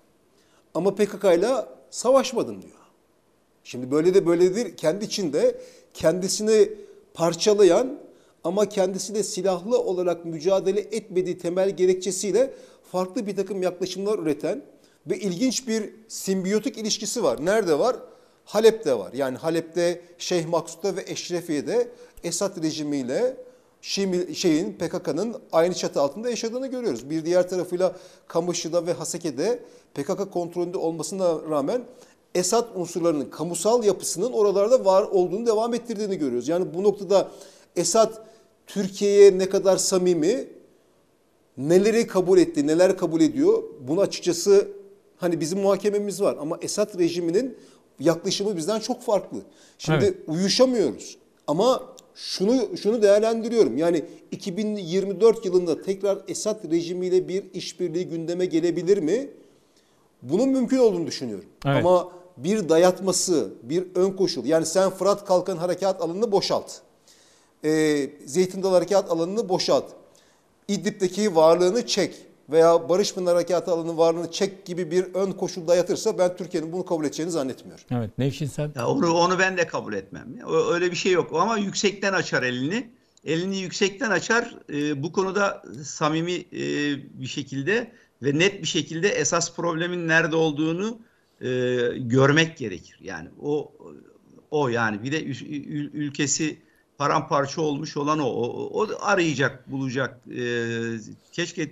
Ama P K K ile savaşmadım diyor. Şimdi böyle de böyledir. Kendi içinde kendisini parçalayan ama kendisiyle silahlı olarak mücadele etmediği temel gerekçesiyle farklı bir takım yaklaşımlar üreten ve ilginç bir simbiyotik ilişkisi var. Nerede var? Halep'te var. Yani Halep'te Şeyh Maksut'ta ve Eşrefiye'de Esad rejimiyle şeyin P K K'nın aynı çatı altında yaşadığını görüyoruz. Bir diğer tarafıyla Kamışlı'da ve Haseke'de P K K kontrolünde olmasına rağmen Esad unsurlarının kamusal yapısının oralarda var olduğunu devam ettirdiğini görüyoruz. Yani bu noktada Esad Türkiye'ye ne kadar samimi, neleri kabul etti, neler kabul ediyor bunu açıkçası hani bizim muhakememiz var. Ama Esad rejiminin yaklaşımı bizden çok farklı. Şimdi evet. uyuşamıyoruz. Ama şunu şunu değerlendiriyorum. Yani iki bin yirmi dört yılında tekrar Esad rejimiyle bir işbirliği gündeme gelebilir mi? Bunun mümkün olduğunu düşünüyorum. Evet. Ama bir dayatması, bir ön koşul. Yani sen Fırat Kalkan harekat alanını boşalt. Ee, Zeytin Dalı harekat alanını boşalt. İdlib'deki varlığını çek veya Barış Pınar harekatı alanının varlığını çek gibi bir ön koşul dayatırsa ben Türkiye'nin bunu kabul edeceğini zannetmiyorum. Evet, Nevşin sen? Ya onu, onu ben de kabul etmem. Öyle bir şey yok ama yüksekten açar elini. Elini yüksekten açar. Ee, bu konuda samimi e, bir şekilde ve net bir şekilde esas problemin nerede olduğunu e, görmek gerekir. Yani o o yani bir de ülkesi paramparça olmuş olan o. O, o arayacak, bulacak. E, keşke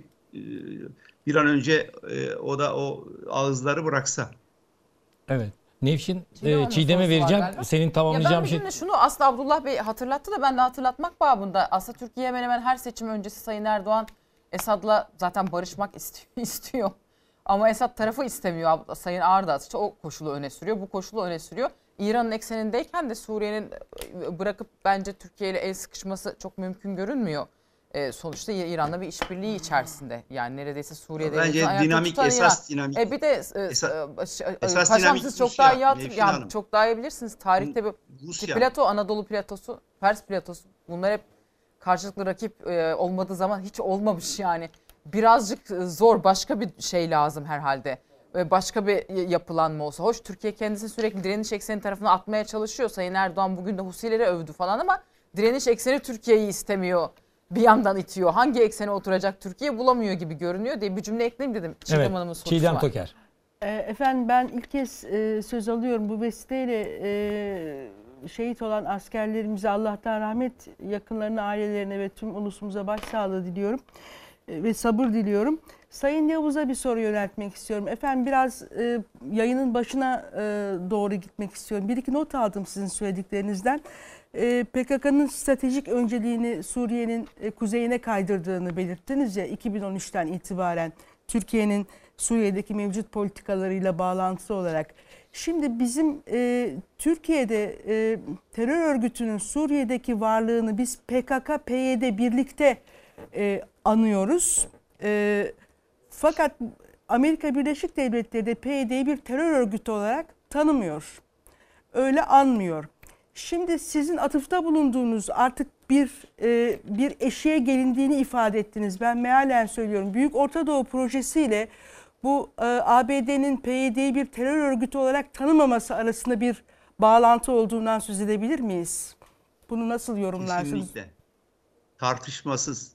bir an önce e, o da o ağızları bıraksa. Evet. Nevşin, e, Çiğdem'e vereceğim. Senin tamamlayacağın bir şey. Ben şunu aslında Abdullah Bey hatırlattı da ben de hatırlatmak babında. Aslında Türkiye hemen hemen her seçim öncesi Sayın Erdoğan Esad'la zaten barışmak istiyor. istiyor. Ama Esad tarafı istemiyor. Sayın Ağar da işte o koşulu öne sürüyor. Bu koşulu öne sürüyor. İran'ın eksenindeyken de Suriye'nin bırakıp bence Türkiye ile el sıkışması çok mümkün görünmüyor. E, sonuçta İran'la bir işbirliği içerisinde. Yani neredeyse Suriye'de Bence ayakta dinamik, tutan esas İran. dinamik. E, bir de e, esas, e, esas paşam dinamik siz çok Rusya, daha iyi hatır, Nevşin yani Hanım. çok daha iyi bilirsiniz. Tarihte bu Rusya. Plato, Anadolu platosu, Pers platosu, bunlar hep karşılıklı rakip e, olmadığı zaman hiç olmamış yani. Birazcık zor, başka bir şey lazım herhalde. Başka bir yapılanma olsa. Hoş, Türkiye kendisini sürekli direniş ekseni tarafına atmaya çalışıyor. Sayın Erdoğan bugün de Husileri övdü falan ama direniş ekseni Türkiye'yi istemiyor. Bir yandan itiyor. Hangi eksene oturacak Türkiye bulamıyor gibi görünüyor diye bir cümle ekleyeyim dedim. Çiğdem Evet, Hanım'ın sorusu Çiğdem var. Toker. Efendim ben ilk kez e, söz alıyorum. Bu vesileyle e, şehit olan askerlerimize Allah'tan rahmet, yakınlarına, ailelerine ve tüm ulusumuza başsağlığı diliyorum. E, ve sabır diliyorum. Sayın Yavuz'a bir soru yöneltmek istiyorum. Efendim biraz e, yayının başına e, doğru gitmek istiyorum. Bir iki not aldım sizin söylediklerinizden. E, P K K'nın stratejik önceliğini Suriye'nin e, kuzeyine kaydırdığını belirttiniz ya, iki bin on üçten itibaren Türkiye'nin Suriye'deki mevcut politikalarıyla bağlantılı olarak. Şimdi bizim e, Türkiye'de e, terör örgütünün Suriye'deki varlığını biz P K K P Y D birlikte e, anıyoruz. E, fakat Amerika Birleşik Devletleri de P Y D'yi bir terör örgütü olarak tanımıyor. Öyle anmıyor. Şimdi sizin atıfta bulunduğunuz artık bir e, bir eşiğe gelindiğini ifade ettiniz. Ben mealen söylüyorum. Büyük Orta Doğu projesiyle bu e, A B D'nin P Y D'yi bir terör örgütü olarak tanımaması arasında bir bağlantı olduğundan söz edebilir miyiz? Bunu nasıl yorumlarsınız? Kesinlikle. Tartışmasız.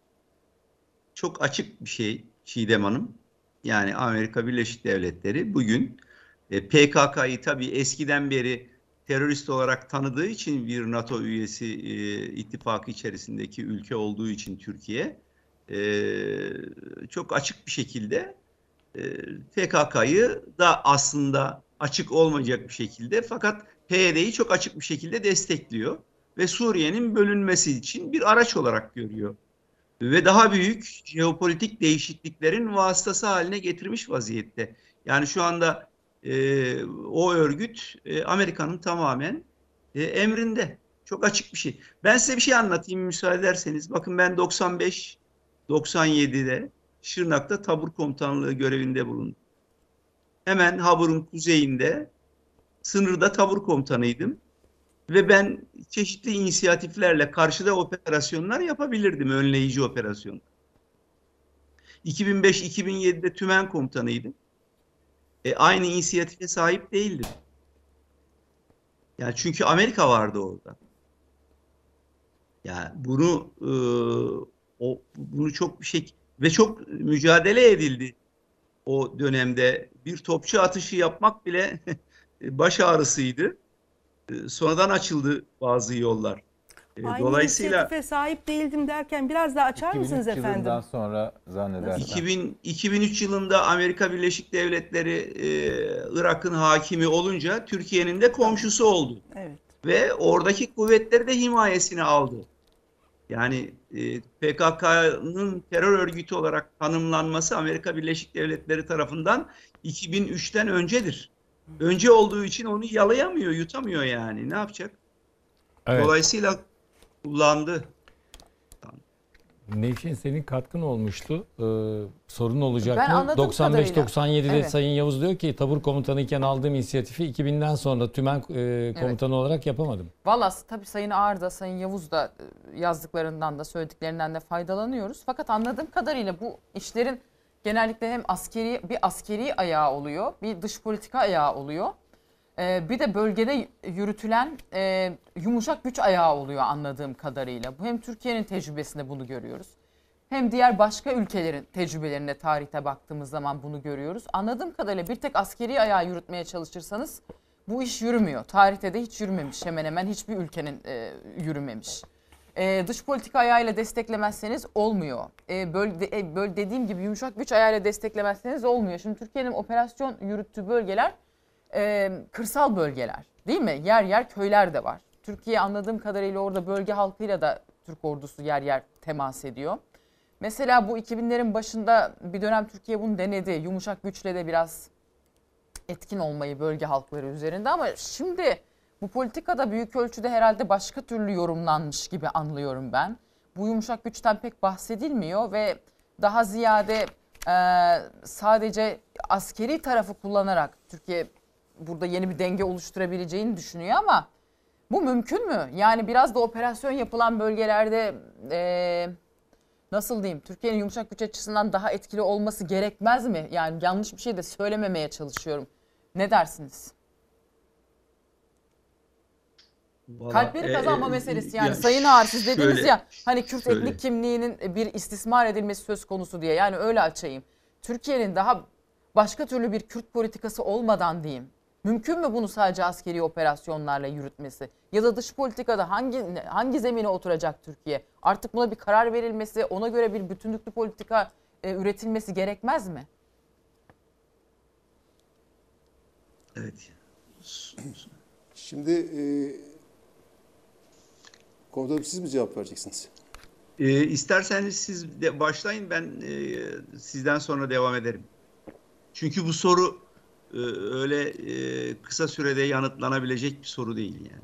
Çok açık bir şey Çiğdem Hanım. Yani Amerika Birleşik Devletleri bugün e, P K K'yı tabii eskiden beri terörist olarak tanıdığı için, bir NATO üyesi e, ittifakı içerisindeki ülke olduğu için Türkiye e, çok açık bir şekilde e, P K K'yı da aslında açık olmayacak bir şekilde, fakat P Y D'yi çok açık bir şekilde destekliyor ve Suriye'nin bölünmesi için bir araç olarak görüyor. Ve daha büyük jeopolitik değişikliklerin vasıtası haline getirmiş vaziyette. Yani şu anda e, o örgüt e, Amerika'nın tamamen e, emrinde. Çok açık bir şey. Ben size bir şey anlatayım müsaade ederseniz. Bakın ben doksan beş doksan yedi'de Şırnak'ta tabur komutanlığı görevinde bulundum. Hemen Habur'un kuzeyinde sınırda tabur komutanıydım. Ve ben çeşitli inisiyatiflerle karşıda operasyonlar yapabilirdim, önleyici operasyon. iki bin beş iki bin yedi'de tümen komutanıydım. E, aynı inisiyatife sahip değildim. Yani çünkü Amerika vardı orada. Yani bunu e, o bunu çok bir şey ve çok mücadele edildi o dönemde. Bir topçu atışı yapmak bile baş ağrısıydı. Sonradan açıldı bazı yollar. Aynı Dolayısıyla inisiyatife sahip değildim derken biraz daha açar mısınız efendim? iki bin üç yılından sonra zannedersem. iki bin, iki bin üç yılında Amerika Birleşik Devletleri e, Irak'ın hakimi olunca Türkiye'nin de komşusu oldu. Evet. Ve oradaki kuvvetleri de himayesine aldı. Yani e, P K K'nın terör örgütü olarak tanımlanması Amerika Birleşik Devletleri tarafından iki bin üçten öncedir. Önce olduğu için onu yalayamıyor, yutamıyor yani. Ne yapacak? Evet. Dolayısıyla kullandı. Nevşin, senin katkın olmuştu. Ee, sorun olacak Ben mı? anladığım doksan beş kadarıyla. doksan yedi'de Evet. Sayın Yavuz diyor ki tabur komutanıyken aldığım inisiyatifi iki binden sonra tümen e, komutanı olarak yapamadım. Valla tabii Sayın Ağar da Sayın Yavuz da e, yazdıklarından da söylediklerinden de faydalanıyoruz. Fakat anladığım kadarıyla bu işlerin genellikle hem askeri bir askeri ayağı oluyor, bir dış politika ayağı oluyor. Ee, bir de bölgede yürütülen e, yumuşak güç ayağı oluyor anladığım kadarıyla. Bu hem Türkiye'nin tecrübesinde bunu görüyoruz. Hem diğer başka ülkelerin tecrübelerine tarihte baktığımız zaman bunu görüyoruz. Anladığım kadarıyla bir tek askeri ayağı yürütmeye çalışırsanız bu iş yürümüyor. Tarihte de hiç yürümemiş, hemen hemen hiçbir ülkenin e, yürümemiş. E, dış politika ayağıyla desteklemezseniz olmuyor. E, böyle, e, böyle dediğim gibi yumuşak güç ayağıyla desteklemezseniz olmuyor. Şimdi Türkiye'nin operasyon yürüttüğü bölgeler e, kırsal bölgeler, değil mi? Yer yer köyler de var. Türkiye anladığım kadarıyla orada bölge halkıyla da Türk ordusu yer yer temas ediyor. Mesela bu iki binlerin başında bir dönem Türkiye bunu denedi. Yumuşak güçle de biraz etkin olmayı bölge halkları üzerinde, ama şimdi bu politikada büyük ölçüde herhalde başka türlü yorumlanmış gibi anlıyorum ben. bu yumuşak güçten pek bahsedilmiyor ve daha ziyade e, sadece askeri tarafı kullanarak Türkiye burada yeni bir denge oluşturabileceğini düşünüyor ama bu mümkün mü? Yani biraz da operasyon yapılan bölgelerde e, nasıl diyeyim, Türkiye'nin yumuşak güç açısından daha etkili olması gerekmez mi? Yani yanlış bir şey de söylememeye çalışıyorum. Ne dersiniz? Vallahi, Kalpleri kazanma e, meselesi yani. ya Sayın Ağar, siz dediniz şöyle- ya hani Kürt şöyle. etnik kimliğinin bir istismar edilmesi söz konusu diye. Yani öyle açayım. Türkiye'nin daha başka türlü bir Kürt politikası olmadan diyeyim. Mümkün mü bunu sadece askeri operasyonlarla yürütmesi? Ya da dış politikada hangi hangi zemine oturacak Türkiye? Artık buna bir karar verilmesi, ona göre bir bütünlüklü politika e, üretilmesi gerekmez mi? Evet. Şimdi e, komutanım siz mi cevap vereceksiniz? E, isterseniz siz de başlayın, ben e, sizden sonra devam ederim. Çünkü bu soru e, öyle e, kısa sürede yanıtlanabilecek bir soru değil yani.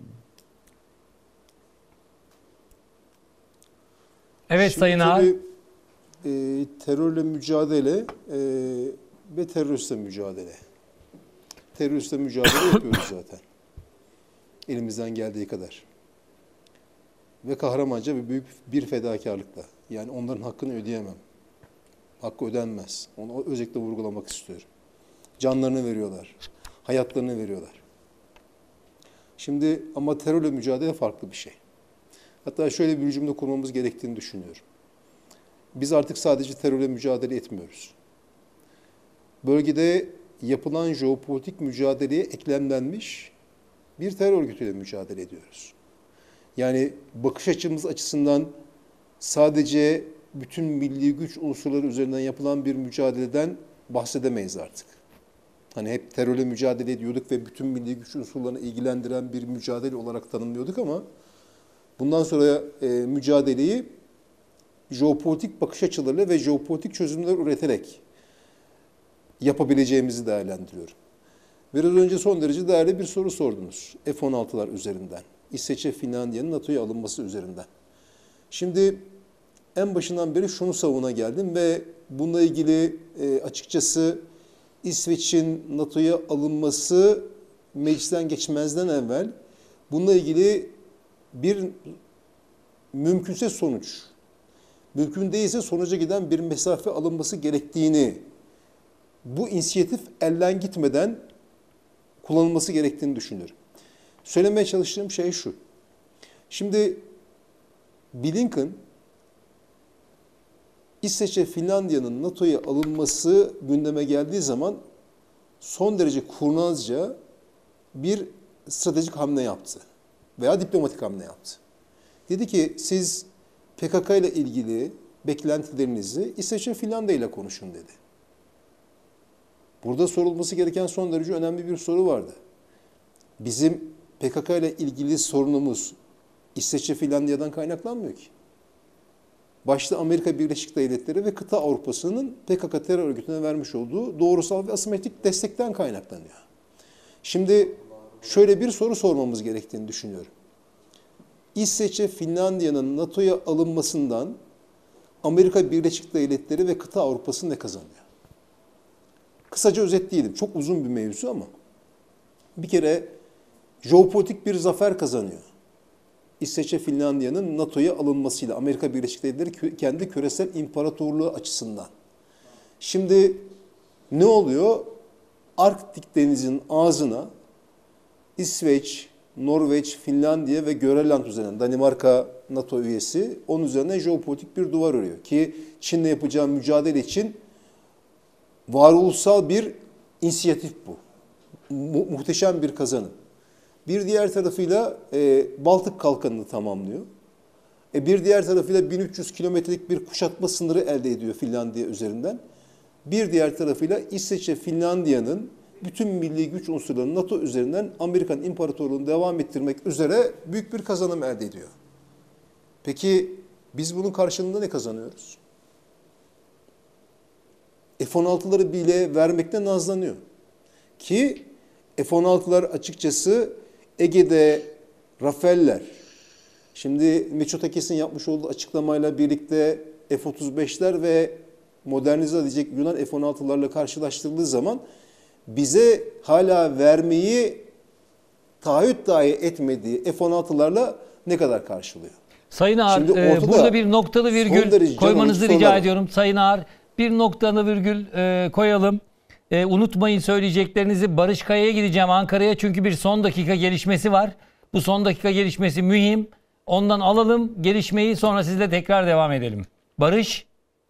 Evet Şimdi Sayın Ağar. tabii, e, terörle mücadele e, ve teröristle mücadele. Teröristle mücadele yapıyoruz zaten. Elimizden geldiği kadar. Ve kahramanca ve büyük bir fedakarlıkla. Yani onların hakkını ödeyemem. Hakkı ödenmez. Onu özellikle vurgulamak istiyorum. Canlarını veriyorlar. Hayatlarını veriyorlar. Şimdi ama terörle mücadele farklı bir şey. Hatta şöyle bir cümle kurmamız gerektiğini düşünüyorum. Biz artık sadece terörle mücadele etmiyoruz. Bölgede yapılan jeopolitik mücadeleye eklemlenmiş bir terör örgütüyle mücadele ediyoruz. Yani bakış açımız açısından sadece bütün milli güç unsurları üzerinden yapılan bir mücadeleden bahsedemeyiz artık. Hani hep terörle mücadele ediyorduk ve bütün milli güç unsurlarını ilgilendiren bir mücadele olarak tanımlıyorduk ama bundan sonra e, mücadeleyi jeopolitik bakış açılarıyla ve jeopolitik çözümler üreterek yapabileceğimizi değerlendiriyorum. Biraz önce son derece değerli bir soru sordunuz. F on altılar üzerinden. İsveç'e, Finlandiya'nın NATO'ya alınması üzerinden. Şimdi en başından beri şunu savuna geldim ve bununla ilgili e, açıkçası İsveç'in NATO'ya alınması meclisten geçmezden evvel bununla ilgili bir mümkünse sonuç, mümkün değilse sonuca giden bir mesafe alınması gerektiğini, bu inisiyatif elden gitmeden kullanılması gerektiğini düşünüyorum. Söylemeye çalıştığım şey şu. Şimdi Blinken, İsveç'e Finlandiya'nın NATO'ya alınması gündeme geldiği zaman son derece kurnazca bir stratejik hamle yaptı veya diplomatik hamle yaptı. Dedi ki siz P K K ile ilgili beklentilerinizi İsveç'e Finlandiya ile konuşun dedi. Burada sorulması gereken son derece önemli bir soru vardı. Bizim P K K ile ilgili sorunumuz İsveç'e Finlandiya'dan kaynaklanmıyor ki. Başta Amerika Birleşik Devletleri ve kıta Avrupa'sının P K K terör örgütüne vermiş olduğu doğrusal ve asimetrik destekten kaynaklanıyor. Şimdi şöyle bir soru sormamız gerektiğini düşünüyorum. İsveç'e Finlandiya'nın NATO'ya alınmasından Amerika Birleşik Devletleri ve kıta Avrupa'sı ne kazanıyor? Kısaca özetleyelim. Çok uzun bir mevzu ama bir kere jeopolitik bir zafer kazanıyor. İsveç'e Finlandiya'nın NATO'ya alınmasıyla Amerika Birleşik Devletleri kendi küresel imparatorluğu açısından. Şimdi ne oluyor? Arktik Denizi'nin ağzına İsveç, Norveç, Finlandiya ve Grönland üzerinden, Danimarka NATO üyesi, onun üzerine jeopolitik bir duvar örüyor. Ki Çin'le yapacağı mücadele için varoluşsal bir inisiyatif bu. Mu- muhteşem bir kazanım. Bir diğer tarafıyla e, Baltık Kalkanı'nı tamamlıyor. E, bir diğer tarafıyla bin üç yüz kilometrelik bir kuşatma sınırı elde ediyor Finlandiya üzerinden. Bir diğer tarafıyla İsveç'e Finlandiya'nın bütün milli güç unsurlarını NATO üzerinden Amerikan İmparatorluğu'nu devam ettirmek üzere büyük bir kazanım elde ediyor. Peki biz bunun karşılığında ne kazanıyoruz? F on altıları bile vermekte nazlanıyor. Ki F on altılar açıkçası Ege'de Rafael'ler, Şimdi Mitsotakis'in yapmış olduğu açıklamayla birlikte F otuz beşler ve modernize edecek Yunan F on altılarla karşılaştırıldığı zaman bize hala vermeyi taahhüt dahi etmediği F on altılarla ne kadar karşılıyor? Sayın Ağar, e, burada bir noktalı virgül koymanızı rica sorular. ediyorum. Sayın Ağar, bir noktalı virgül e, koyalım. E, unutmayın söyleyeceklerinizi. Barış Kaya'ya gideceğim, Ankara'ya, çünkü bir son dakika gelişmesi var. Bu son dakika gelişmesi mühim. Ondan alalım gelişmeyi, sonra sizle tekrar devam edelim. Barış.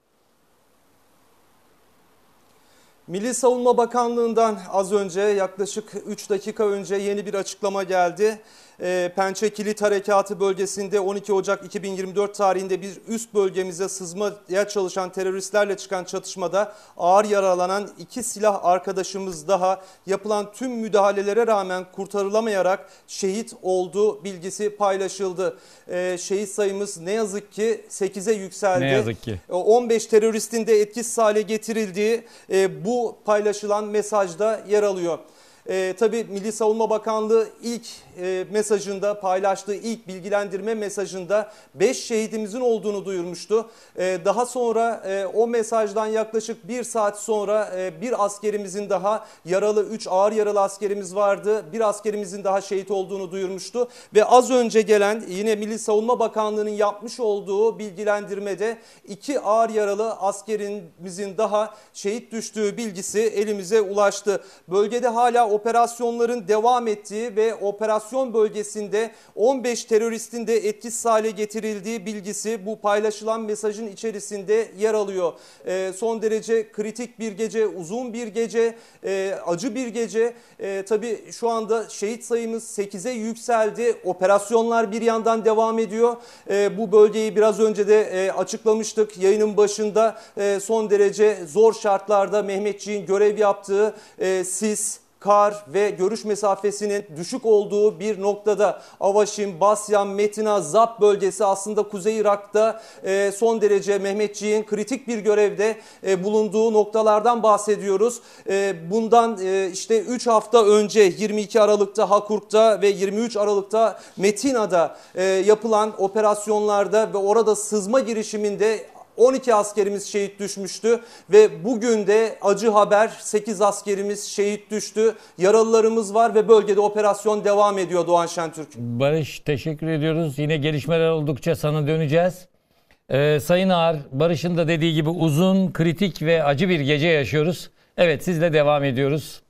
Milli Savunma Bakanlığı'ndan az önce, yaklaşık üç dakika önce yeni bir açıklama geldi. E, Pençe Kilit Harekatı bölgesinde on iki Ocak iki bin yirmi dört tarihinde bir üst bölgemize sızmaya çalışan teröristlerle çıkan çatışmada ağır yaralanan iki silah arkadaşımız daha yapılan tüm müdahalelere rağmen kurtarılamayarak şehit olduğu bilgisi paylaşıldı. E, şehit sayımız ne yazık ki sekize yükseldi. Ne yazık ki. on beş teröristin de etkisiz hale getirildiği e, bu paylaşılan mesajda yer alıyor. Ee, tabii Milli Savunma Bakanlığı ilk e, mesajında, paylaştığı ilk bilgilendirme mesajında beş şehidimizin olduğunu duyurmuştu. Ee, daha sonra e, o mesajdan yaklaşık bir saat sonra e, bir askerimizin daha yaralı, üç ağır yaralı askerimiz vardı. Bir askerimizin daha şehit olduğunu duyurmuştu. Ve az önce gelen yine Milli Savunma Bakanlığı'nın yapmış olduğu bilgilendirmede iki ağır yaralı askerimizin daha şehit düştüğü bilgisi elimize ulaştı. Bölgede hala operasyonların devam ettiği ve operasyon bölgesinde on beş teröristin de etkisiz hale getirildiği bilgisi bu paylaşılan mesajın içerisinde yer alıyor. E, son derece kritik bir gece, uzun bir gece, e, acı bir gece. E, tabii şu anda şehit sayımız sekize yükseldi. Operasyonlar bir yandan devam ediyor. E, bu bölgeyi biraz önce de e, açıklamıştık yayının başında. E, son derece zor şartlarda Mehmetçiğin görev yaptığı e, sis, kar ve görüş mesafesinin düşük olduğu bir noktada Avaşin, Basyan, Metina, Zap bölgesi aslında Kuzey Irak'ta e, son derece Mehmetçiğin kritik bir görevde e, bulunduğu noktalardan bahsediyoruz. E, bundan e, işte üç hafta önce yirmi iki Aralık'ta Hakurk'ta ve yirmi üç Aralık'ta Metina'da e, yapılan operasyonlarda ve orada sızma girişiminde on iki askerimiz şehit düşmüştü ve bugün de acı haber, sekiz askerimiz şehit düştü. Yaralılarımız var ve bölgede operasyon devam ediyor Doğan Şentürk. Barış, teşekkür ediyoruz. Yine gelişmeler oldukça sana döneceğiz. Ee, Sayın Ağar, Barış'ın da dediği gibi uzun, kritik ve acı bir gece yaşıyoruz. Evet, sizle devam ediyoruz.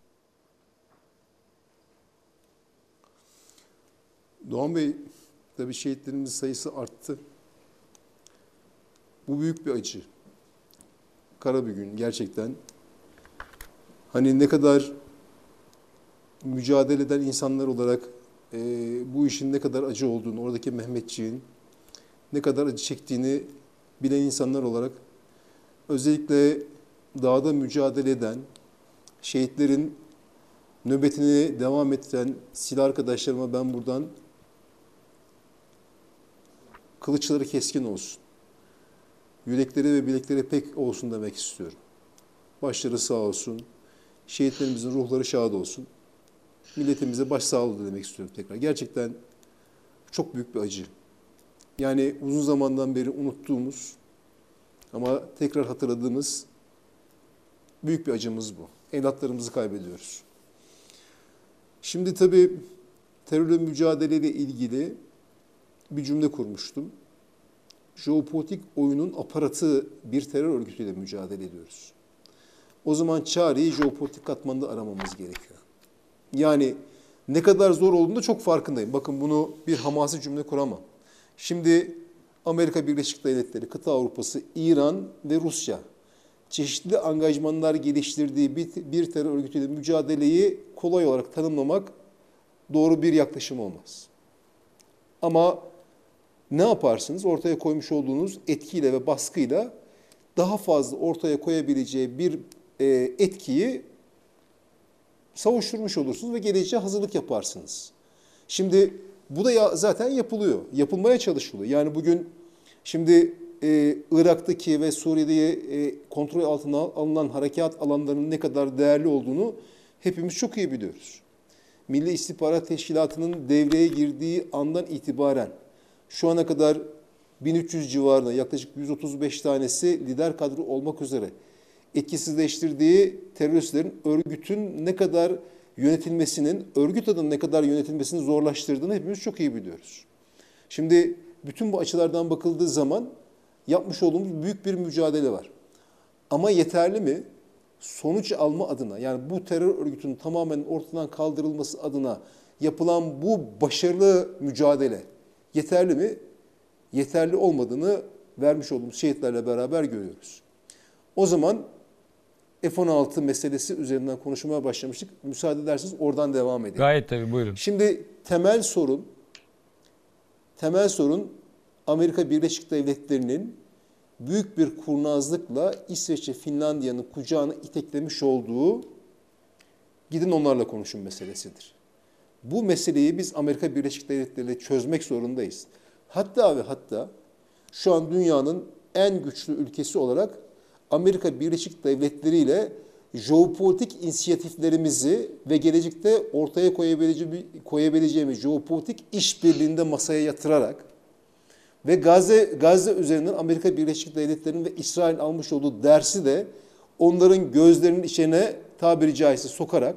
Doğan Bey, tabii şehitlerimizin sayısı arttı. Bu büyük bir acı. Kara bir gün gerçekten. Hani ne kadar mücadele eden insanlar olarak e, bu işin ne kadar acı olduğunu, oradaki Mehmetçiğin ne kadar acı çektiğini bilen insanlar olarak özellikle dağda mücadele eden, şehitlerin nöbetini devam ettiren silah arkadaşlarıma ben buradan kılıçları keskin olsun, yürekleri ve bilekleri pek olsun demek istiyorum. Başları sağ olsun, şehitlerimizin ruhları şad olsun, milletimize başsağlığı demek istiyorum tekrar. Gerçekten çok büyük bir acı. Yani uzun zamandan beri unuttuğumuz ama tekrar hatırladığımız büyük bir acımız bu. Evlatlarımızı kaybediyoruz. Şimdi tabii terörle mücadeleyle ilgili bir cümle kurmuştum. Jeopolitik oyunun aparatı bir terör örgütüyle mücadele ediyoruz. O zaman çareyi jeopolitik katmanda aramamız gerekiyor. Yani ne kadar zor olduğunu da çok farkındayım. Bakın bunu bir hamasi cümle kuramam. Şimdi Amerika Birleşik Devletleri, kıta Avrupası, İran ve Rusya çeşitli angajmanlar geliştirdiği bir, bir terör örgütüyle mücadeleyi kolay olarak tanımlamak doğru bir yaklaşım olmaz. Ama ne yaparsınız? Ortaya koymuş olduğunuz etkiyle ve baskıyla daha fazla ortaya koyabileceği bir e, etkiyi savuşturmuş olursunuz ve geleceğe hazırlık yaparsınız. Şimdi bu da ya, zaten yapılıyor. Yapılmaya çalışılıyor. Yani bugün şimdi e, Irak'taki ve Suriye'de e, kontrol altına alınan harekat alanlarının ne kadar değerli olduğunu hepimiz çok iyi biliyoruz. Milli İstihbarat Teşkilatı'nın devreye girdiği andan itibaren Şu ana kadar bin üç yüz civarında yaklaşık yüz otuz beş tanesi lider kadro olmak üzere etkisizleştirdiği teröristlerin örgütün ne kadar yönetilmesinin, örgüt adına ne kadar yönetilmesini zorlaştırdığını hepimiz çok iyi biliyoruz. Şimdi bütün bu açılardan bakıldığı zaman yapmış olduğumuz büyük bir mücadele var. Ama yeterli mi? Sonuç alma adına, yani bu terör örgütünün tamamen ortadan kaldırılması adına yapılan bu başarılı mücadele yeterli mi? Yeterli olmadığını vermiş olduğumuz şehitlerle beraber görüyoruz. O zaman F on altı meselesi üzerinden konuşmaya başlamıştık. Müsaade ederseniz oradan devam edelim. Gayet tabii, buyurun. Şimdi temel sorun, temel sorun Amerika Birleşik Devletleri'nin büyük bir kurnazlıkla İsveç'e Finlandiya'nın kucağına iteklemiş olduğu gidin onlarla konuşun meselesidir. Bu meseleyi biz Amerika Birleşik Devletleri ile çözmek zorundayız. Hatta ve hatta şu an dünyanın en güçlü ülkesi olarak Amerika Birleşik Devletleri ile jeopolitik inisiyatiflerimizi ve gelecekte ortaya koyabileceğimiz, koyabileceğimiz jeopolitik işbirliğinde masaya yatırarak ve Gazze, Gazze üzerinden Amerika Birleşik Devletleri'nin ve İsrail almış olduğu dersi de onların gözlerinin içine tabiri caizse sokarak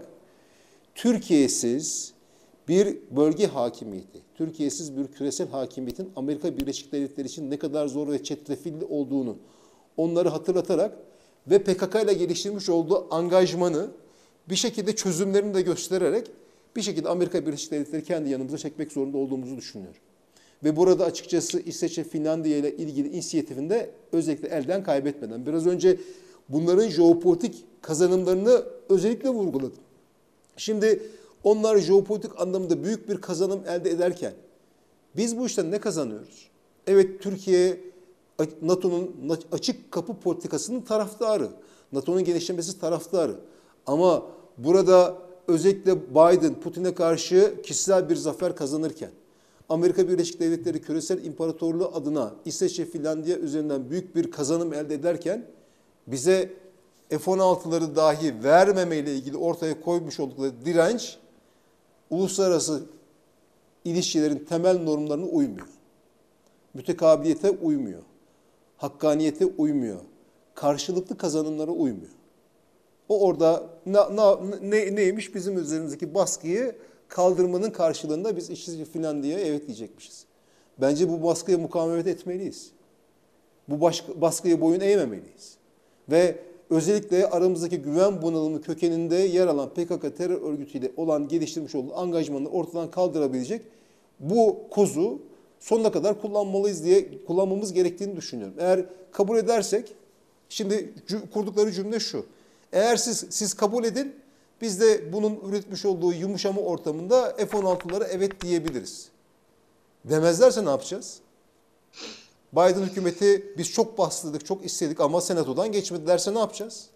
Türkiye'siz bir bölge hakimiyeti, Türkiye'siz bir küresel hakimiyetin Amerika Birleşik Devletleri için ne kadar zor ve çetrefilli olduğunu onları hatırlatarak ve P K K ile geliştirmiş olduğu angajmanı bir şekilde çözümlerini de göstererek bir şekilde Amerika Birleşik Devletleri kendi yanımıza çekmek zorunda olduğumuzu düşünüyorum. Ve burada açıkçası İsveç ve Finlandiya ile ilgili inisiyatifinde özellikle elden kaybetmeden biraz önce bunların jeopolitik kazanımlarını özellikle vurguladım. Şimdi onlar jeopolitik anlamda büyük bir kazanım elde ederken biz bu işten ne kazanıyoruz? Evet, Türkiye NATO'nun açık kapı politikasının taraftarı. NATO'nun genişlemesi taraftarı. Ama burada özellikle Biden Putin'e karşı kişisel bir zafer kazanırken Amerika Birleşik Devletleri küresel imparatorluğu adına İsveç ve Finlandiya üzerinden büyük bir kazanım elde ederken bize F on altıları dahi vermemeyle ilgili ortaya koymuş oldukları direnç uluslararası ilişkilerin temel normlarına uymuyor. Mütekabiliyete uymuyor. Hakkaniyete uymuyor. Karşılıklı kazanımlara uymuyor. O orada na, na, ne, neymiş? Bizim üzerimizdeki baskıyı kaldırmanın karşılığında biz İsveç Finlandiya'ya evet diyecekmişiz. Bence bu baskıya mukavemet etmeliyiz. Bu baş, baskıya boyun eğmemeliyiz. Ve özellikle aramızdaki güven bunalımı kökeninde yer alan P K K terör örgütüyle olan geliştirmiş olduğu angajmanı ortadan kaldırabilecek bu kozu sonuna kadar kullanmalıyız diye kullanmamız gerektiğini düşünüyorum. Eğer kabul edersek, şimdi kurdukları cümle şu: eğer siz siz kabul edin, biz de bunun üretmiş olduğu yumuşama ortamında F on altılara evet diyebiliriz. Demezlerse ne yapacağız? Biden hükümeti biz çok bastırdık, çok istedik ama senatodan geçmedi derse ne yapacağız?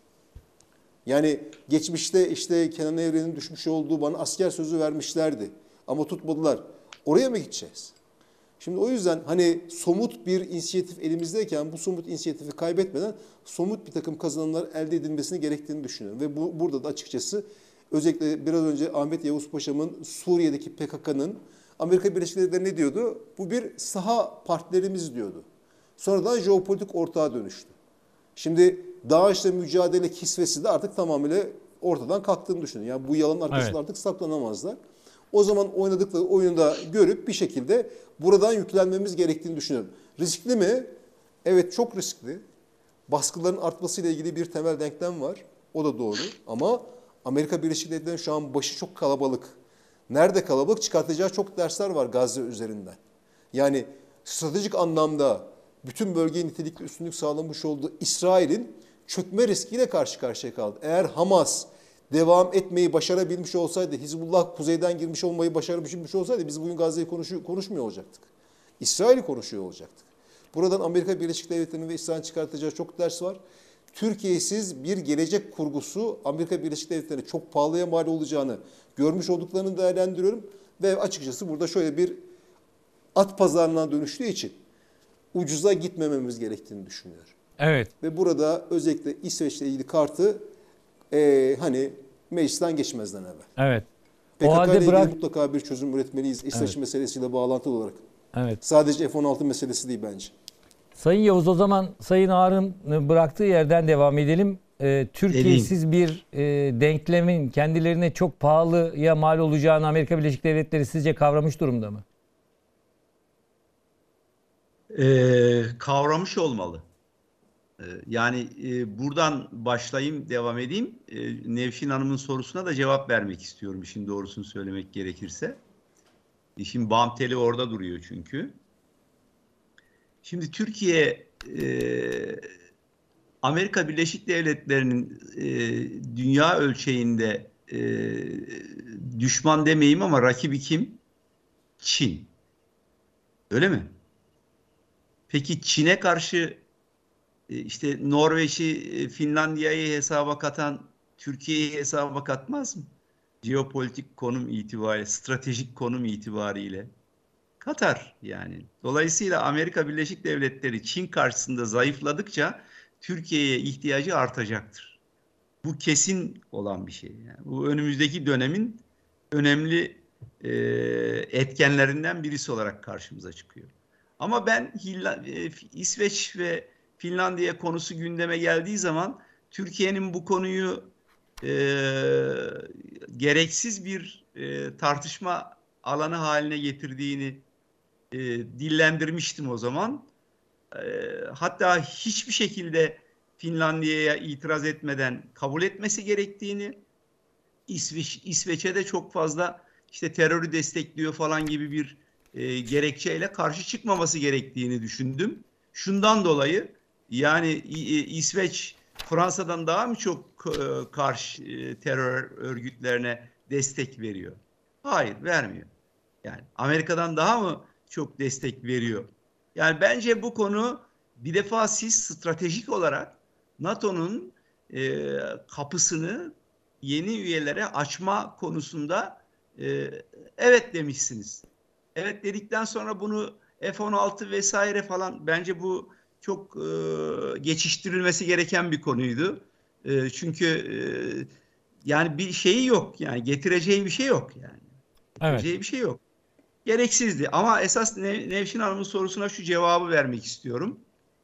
Yani geçmişte işte Kenan Evren'in düşmüş olduğu bana asker sözü vermişlerdi ama tutmadılar. Oraya mı gideceğiz? Şimdi o yüzden hani somut bir inisiyatif elimizdeyken bu somut inisiyatifi kaybetmeden somut bir takım kazanımlar elde edilmesini gerektiğini düşünüyorum. Ve bu, burada da açıkçası özellikle biraz önce Ahmet Yavuz Paşa'mın Suriye'deki P K K'nın Amerika Birleşik Devletleri ne diyordu? Bu bir saha partilerimiz diyordu. Sonradan jeopolitik ortağa dönüştü. Şimdi DAEŞ'le mücadele kisvesi de artık tamamıyla ortadan kalktığını düşünüyorum. Yani bu yalanın arkasında evet. artık saklanamazlar. O zaman oynadıkları oyunu da görüp bir şekilde buradan yüklenmemiz gerektiğini düşünüyorum. Riskli mi? Evet, çok riskli. Baskıların artmasıyla ilgili bir temel denklem var. O da doğru. Ama Amerika Birleşik Devletleri'nin şu an başı çok kalabalık. Nerede kalabalık? Çıkartacağı çok dersler var Gazze üzerinden. Yani stratejik anlamda bütün bölgeye nitelikli üstünlük sağlamış olduğu İsrail'in çökme riskiyle karşı karşıya kaldı. Eğer Hamas devam etmeyi başarabilmiş olsaydı, Hizbullah kuzeyden girmiş olmayı başarabilmiş olsaydı biz bugün Gazze'yi konuşmuyor olacaktık. İsrail'i konuşuyor olacaktık. Buradan Amerika Birleşik Devletleri'nin ve İsrail'in çıkartacağı çok ders var. Türkiye'siz bir gelecek kurgusu Amerika Birleşik Devletleri'ne çok pahalıya mal olacağını görmüş olduklarını değerlendiriyorum. Ve açıkçası burada şöyle bir at pazarına dönüştüğü için ucuza gitmememiz gerektiğini düşünüyorum. Evet. Ve burada özellikle İsveç'le ilgili kartı e, hani meclisten geçmezden evvel. Evet. P K K O halde ile bırak... ilgili mutlaka bir çözüm üretmeliyiz İsveç evet. meselesiyle bağlantılı olarak. Evet. Sadece F on altı meselesi değil bence. Sayın Yavuz, o zaman Sayın Ağar'ın bıraktığı yerden devam edelim. Ee, Türkiye'siz bir e, denklemin kendilerine çok pahalıya mal olacağını Amerika Birleşik Devletleri sizce kavramış durumda mı? Ee, kavramış olmalı. Ee, yani e, buradan başlayayım, devam edeyim. Ee, Nevşin Hanım'ın sorusuna da cevap vermek istiyorum, işin doğrusunu söylemek gerekirse. İşin bam teli orada duruyor çünkü. Şimdi Türkiye e, Amerika Birleşik Devletleri'nin e, dünya ölçeğinde e, düşman demeyeyim ama rakibi kim? Çin. Öyle mi? Peki Çin'e karşı e, işte Norveç'i, e, Finlandiya'yı hesaba katan Türkiye'yi hesaba katmaz mı? Jeopolitik konum itibariyle, stratejik konum itibariyle. Katar yani. Dolayısıyla Amerika Birleşik Devletleri Çin karşısında zayıfladıkça Türkiye'ye ihtiyacı artacaktır. Bu kesin olan bir şey. Yani bu önümüzdeki dönemin önemli e, etkenlerinden birisi olarak karşımıza çıkıyor. Ama ben Hilla, e, İsveç ve Finlandiya konusu gündeme geldiği zaman Türkiye'nin bu konuyu e, gereksiz bir e, tartışma alanı haline getirdiğini e, dillendirmiştim o zaman. E, hatta hiçbir şekilde Finlandiya'ya itiraz etmeden kabul etmesi gerektiğini, İsveç, İsveç'e de çok fazla işte terörü destekliyor falan gibi bir e, gerekçeyle karşı çıkmaması gerektiğini düşündüm. Şundan dolayı yani İsveç Fransa'dan daha mı çok e, karşı e, terör örgütlerine destek veriyor? Hayır, vermiyor. Yani Amerika'dan daha mı çok destek veriyor? Yani bence bu konu bir defa siz stratejik olarak NATO'nun e, kapısını yeni üyelere açma konusunda e, evet demişsiniz. Evet dedikten sonra bunu F on altı vesaire falan, bence bu çok e, geçiştirilmesi gereken bir konuydu. E, çünkü e, yani bir şeyi yok, yani getireceği bir şey yok yani. Getireceği Evet. bir şey yok. Gereksizdi ama esas Nev Nevşin Hanım'ın sorusuna şu cevabı vermek istiyorum.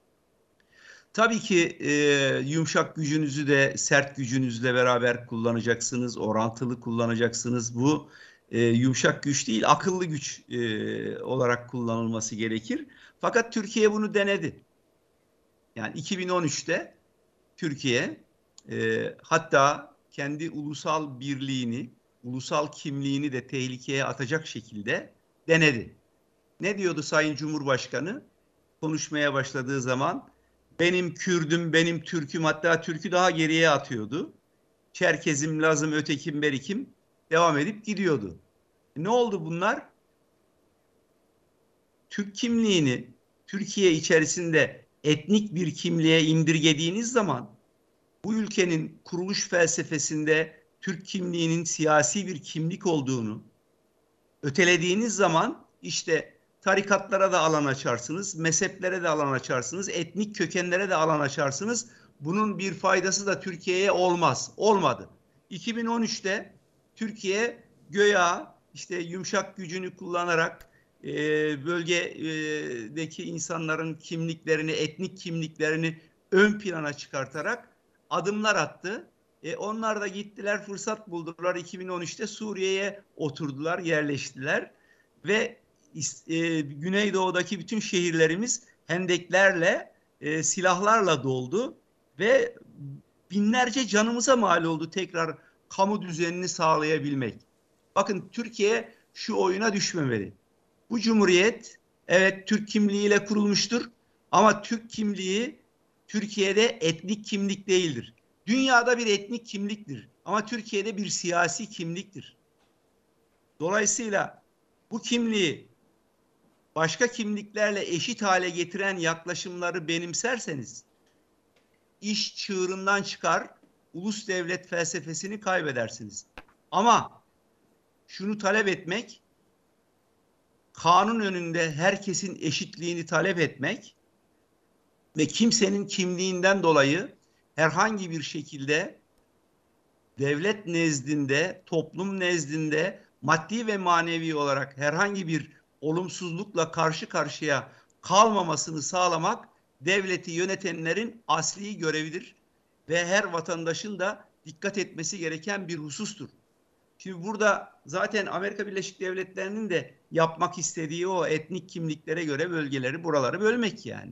Tabii ki e, yumuşak gücünüzü de sert gücünüzle beraber kullanacaksınız, orantılı kullanacaksınız. Bu e, yumuşak güç değil, akıllı güç e, olarak kullanılması gerekir. Fakat Türkiye bunu denedi. Yani iki bin on üçte Türkiye e, hatta kendi ulusal birliğini, ulusal kimliğini de tehlikeye atacak şekilde denedi. Ne diyordu Sayın Cumhurbaşkanı? Konuşmaya başladığı zaman benim Kürdüm, benim Türk'üm, hatta Türk'ü daha geriye atıyordu. Çerkezim, Lazım, ötekim, berikim devam edip gidiyordu. Ne oldu bunlar? Türk kimliğini Türkiye içerisinde etnik bir kimliğe indirgediğiniz zaman bu ülkenin kuruluş felsefesinde Türk kimliğinin siyasi bir kimlik olduğunu ötelediğiniz zaman işte tarikatlara da alan açarsınız, mezheplere de alan açarsınız, etnik kökenlere de alan açarsınız. Bunun bir faydası da Türkiye'ye olmaz. Olmadı. iki bin on üçte Türkiye göya işte yumuşak gücünü kullanarak e, bölgedeki insanların kimliklerini, etnik kimliklerini ön plana çıkartarak adımlar attı. E, onlar da gittiler, fırsat buldular. iki bin on üçte Suriye'ye oturdular, yerleştiler ve e, Güneydoğu'daki bütün şehirlerimiz hendeklerle, e, silahlarla doldu ve binlerce canımıza mal oldu tekrar kamu düzenini sağlayabilmek. Bakın, Türkiye şu oyuna düşmemeli. Bu cumhuriyet evet Türk kimliğiyle kurulmuştur ama Türk kimliği Türkiye'de etnik kimlik değildir. Dünyada bir etnik kimliktir ama Türkiye'de bir siyasi kimliktir. Dolayısıyla bu kimliği başka kimliklerle eşit hale getiren yaklaşımları benimserseniz iş çığırından çıkar, ulus devlet felsefesini kaybedersiniz. Ama şunu talep etmek, kanun önünde herkesin eşitliğini talep etmek ve kimsenin kimliğinden dolayı herhangi bir şekilde devlet nezdinde, toplum nezdinde maddi ve manevi olarak herhangi bir olumsuzlukla karşı karşıya kalmamasını sağlamak devleti yönetenlerin asli görevidir ve her vatandaşın da dikkat etmesi gereken bir husustur. Şimdi burada zaten Amerika Birleşik Devletleri'nin de yapmak istediği o etnik kimliklere göre bölgeleri, buraları bölmek yani.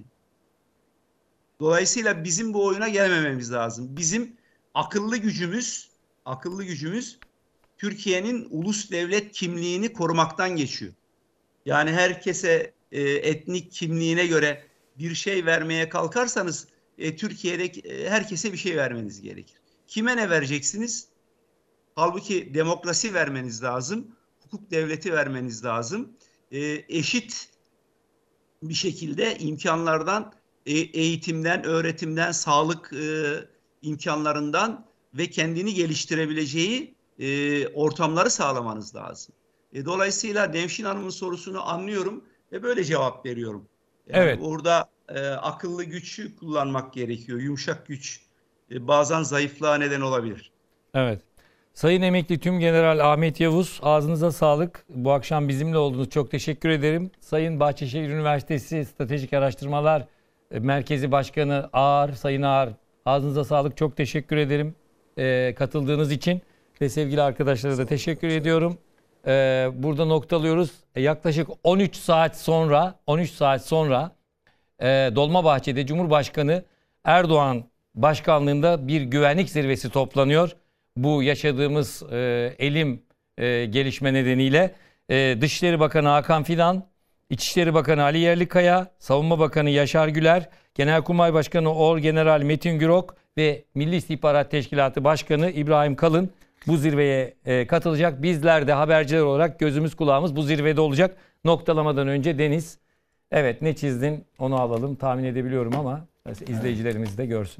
Dolayısıyla bizim bu oyuna gelmememiz lazım. Bizim akıllı gücümüz, akıllı gücümüz Türkiye'nin ulus devlet kimliğini korumaktan geçiyor. Yani herkese e, etnik kimliğine göre bir şey vermeye kalkarsanız e, Türkiye'de e, herkese bir şey vermeniz gerekir. Kime ne vereceksiniz? Halbuki demokrasi vermeniz lazım, hukuk devleti vermeniz lazım. E, eşit bir şekilde imkanlardan, e, eğitimden, öğretimden, sağlık e, imkanlarından ve kendini geliştirebileceği e, ortamları sağlamanız lazım. E, dolayısıyla Nevşin Hanım'ın sorusunu anlıyorum ve böyle cevap veriyorum. Yani evet. Orada e, akıllı güç kullanmak gerekiyor. Yumuşak güç e, bazen zayıflığa neden olabilir. Evet. Sayın Emekli Tümgeneral Ahmet Yavuz, ağzınıza sağlık. Bu akşam bizimle oldunuz. Çok teşekkür ederim. Sayın Bahçeşehir Üniversitesi Stratejik Araştırmalar Merkezi Başkanı Ağar, Sayın Ağar, ağzınıza sağlık. Çok teşekkür ederim e, katıldığınız için. Ve sevgili arkadaşlara da teşekkür ediyorum. E, burada noktalıyoruz. E, yaklaşık on üç saat sonra, on üç saat sonra e, Dolmabahçe'de Cumhurbaşkanı Erdoğan başkanlığında bir güvenlik zirvesi toplanıyor. Bu yaşadığımız e, elim e, gelişme nedeniyle e, Dışişleri Bakanı Hakan Fidan, İçişleri Bakanı Ali Yerlikaya, Savunma Bakanı Yaşar Güler, Genelkurmay Başkanı Orgeneral Metin Gürok ve Milli İstihbarat Teşkilatı Başkanı İbrahim Kalın bu zirveye e, katılacak. Bizler de haberciler olarak gözümüz kulağımız bu zirvede olacak. Noktalamadan önce Deniz, evet ne çizdin onu alalım, tahmin edebiliyorum ama izleyicilerimiz de görsün.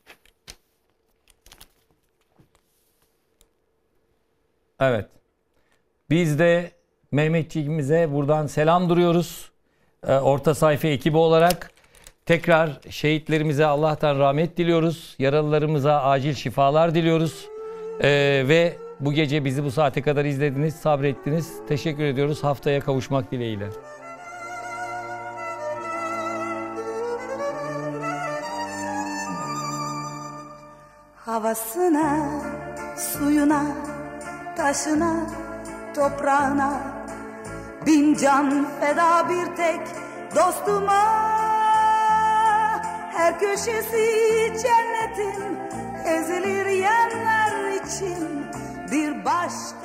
Evet. Biz de Mehmetçiğimize buradan selam duruyoruz. Ee, Orta Sayfa ekibi olarak tekrar şehitlerimize Allah'tan rahmet diliyoruz. Yaralılarımıza acil şifalar diliyoruz. Ee, ve bu gece bizi bu saate kadar izlediniz, sabrettiniz. Teşekkür ediyoruz. Haftaya kavuşmak dileğiyle. Havasına, suyuna, taşına, toprağına bin can feda bir tek dostuma. Her köşesi cennetin ezilir yerler için bir başka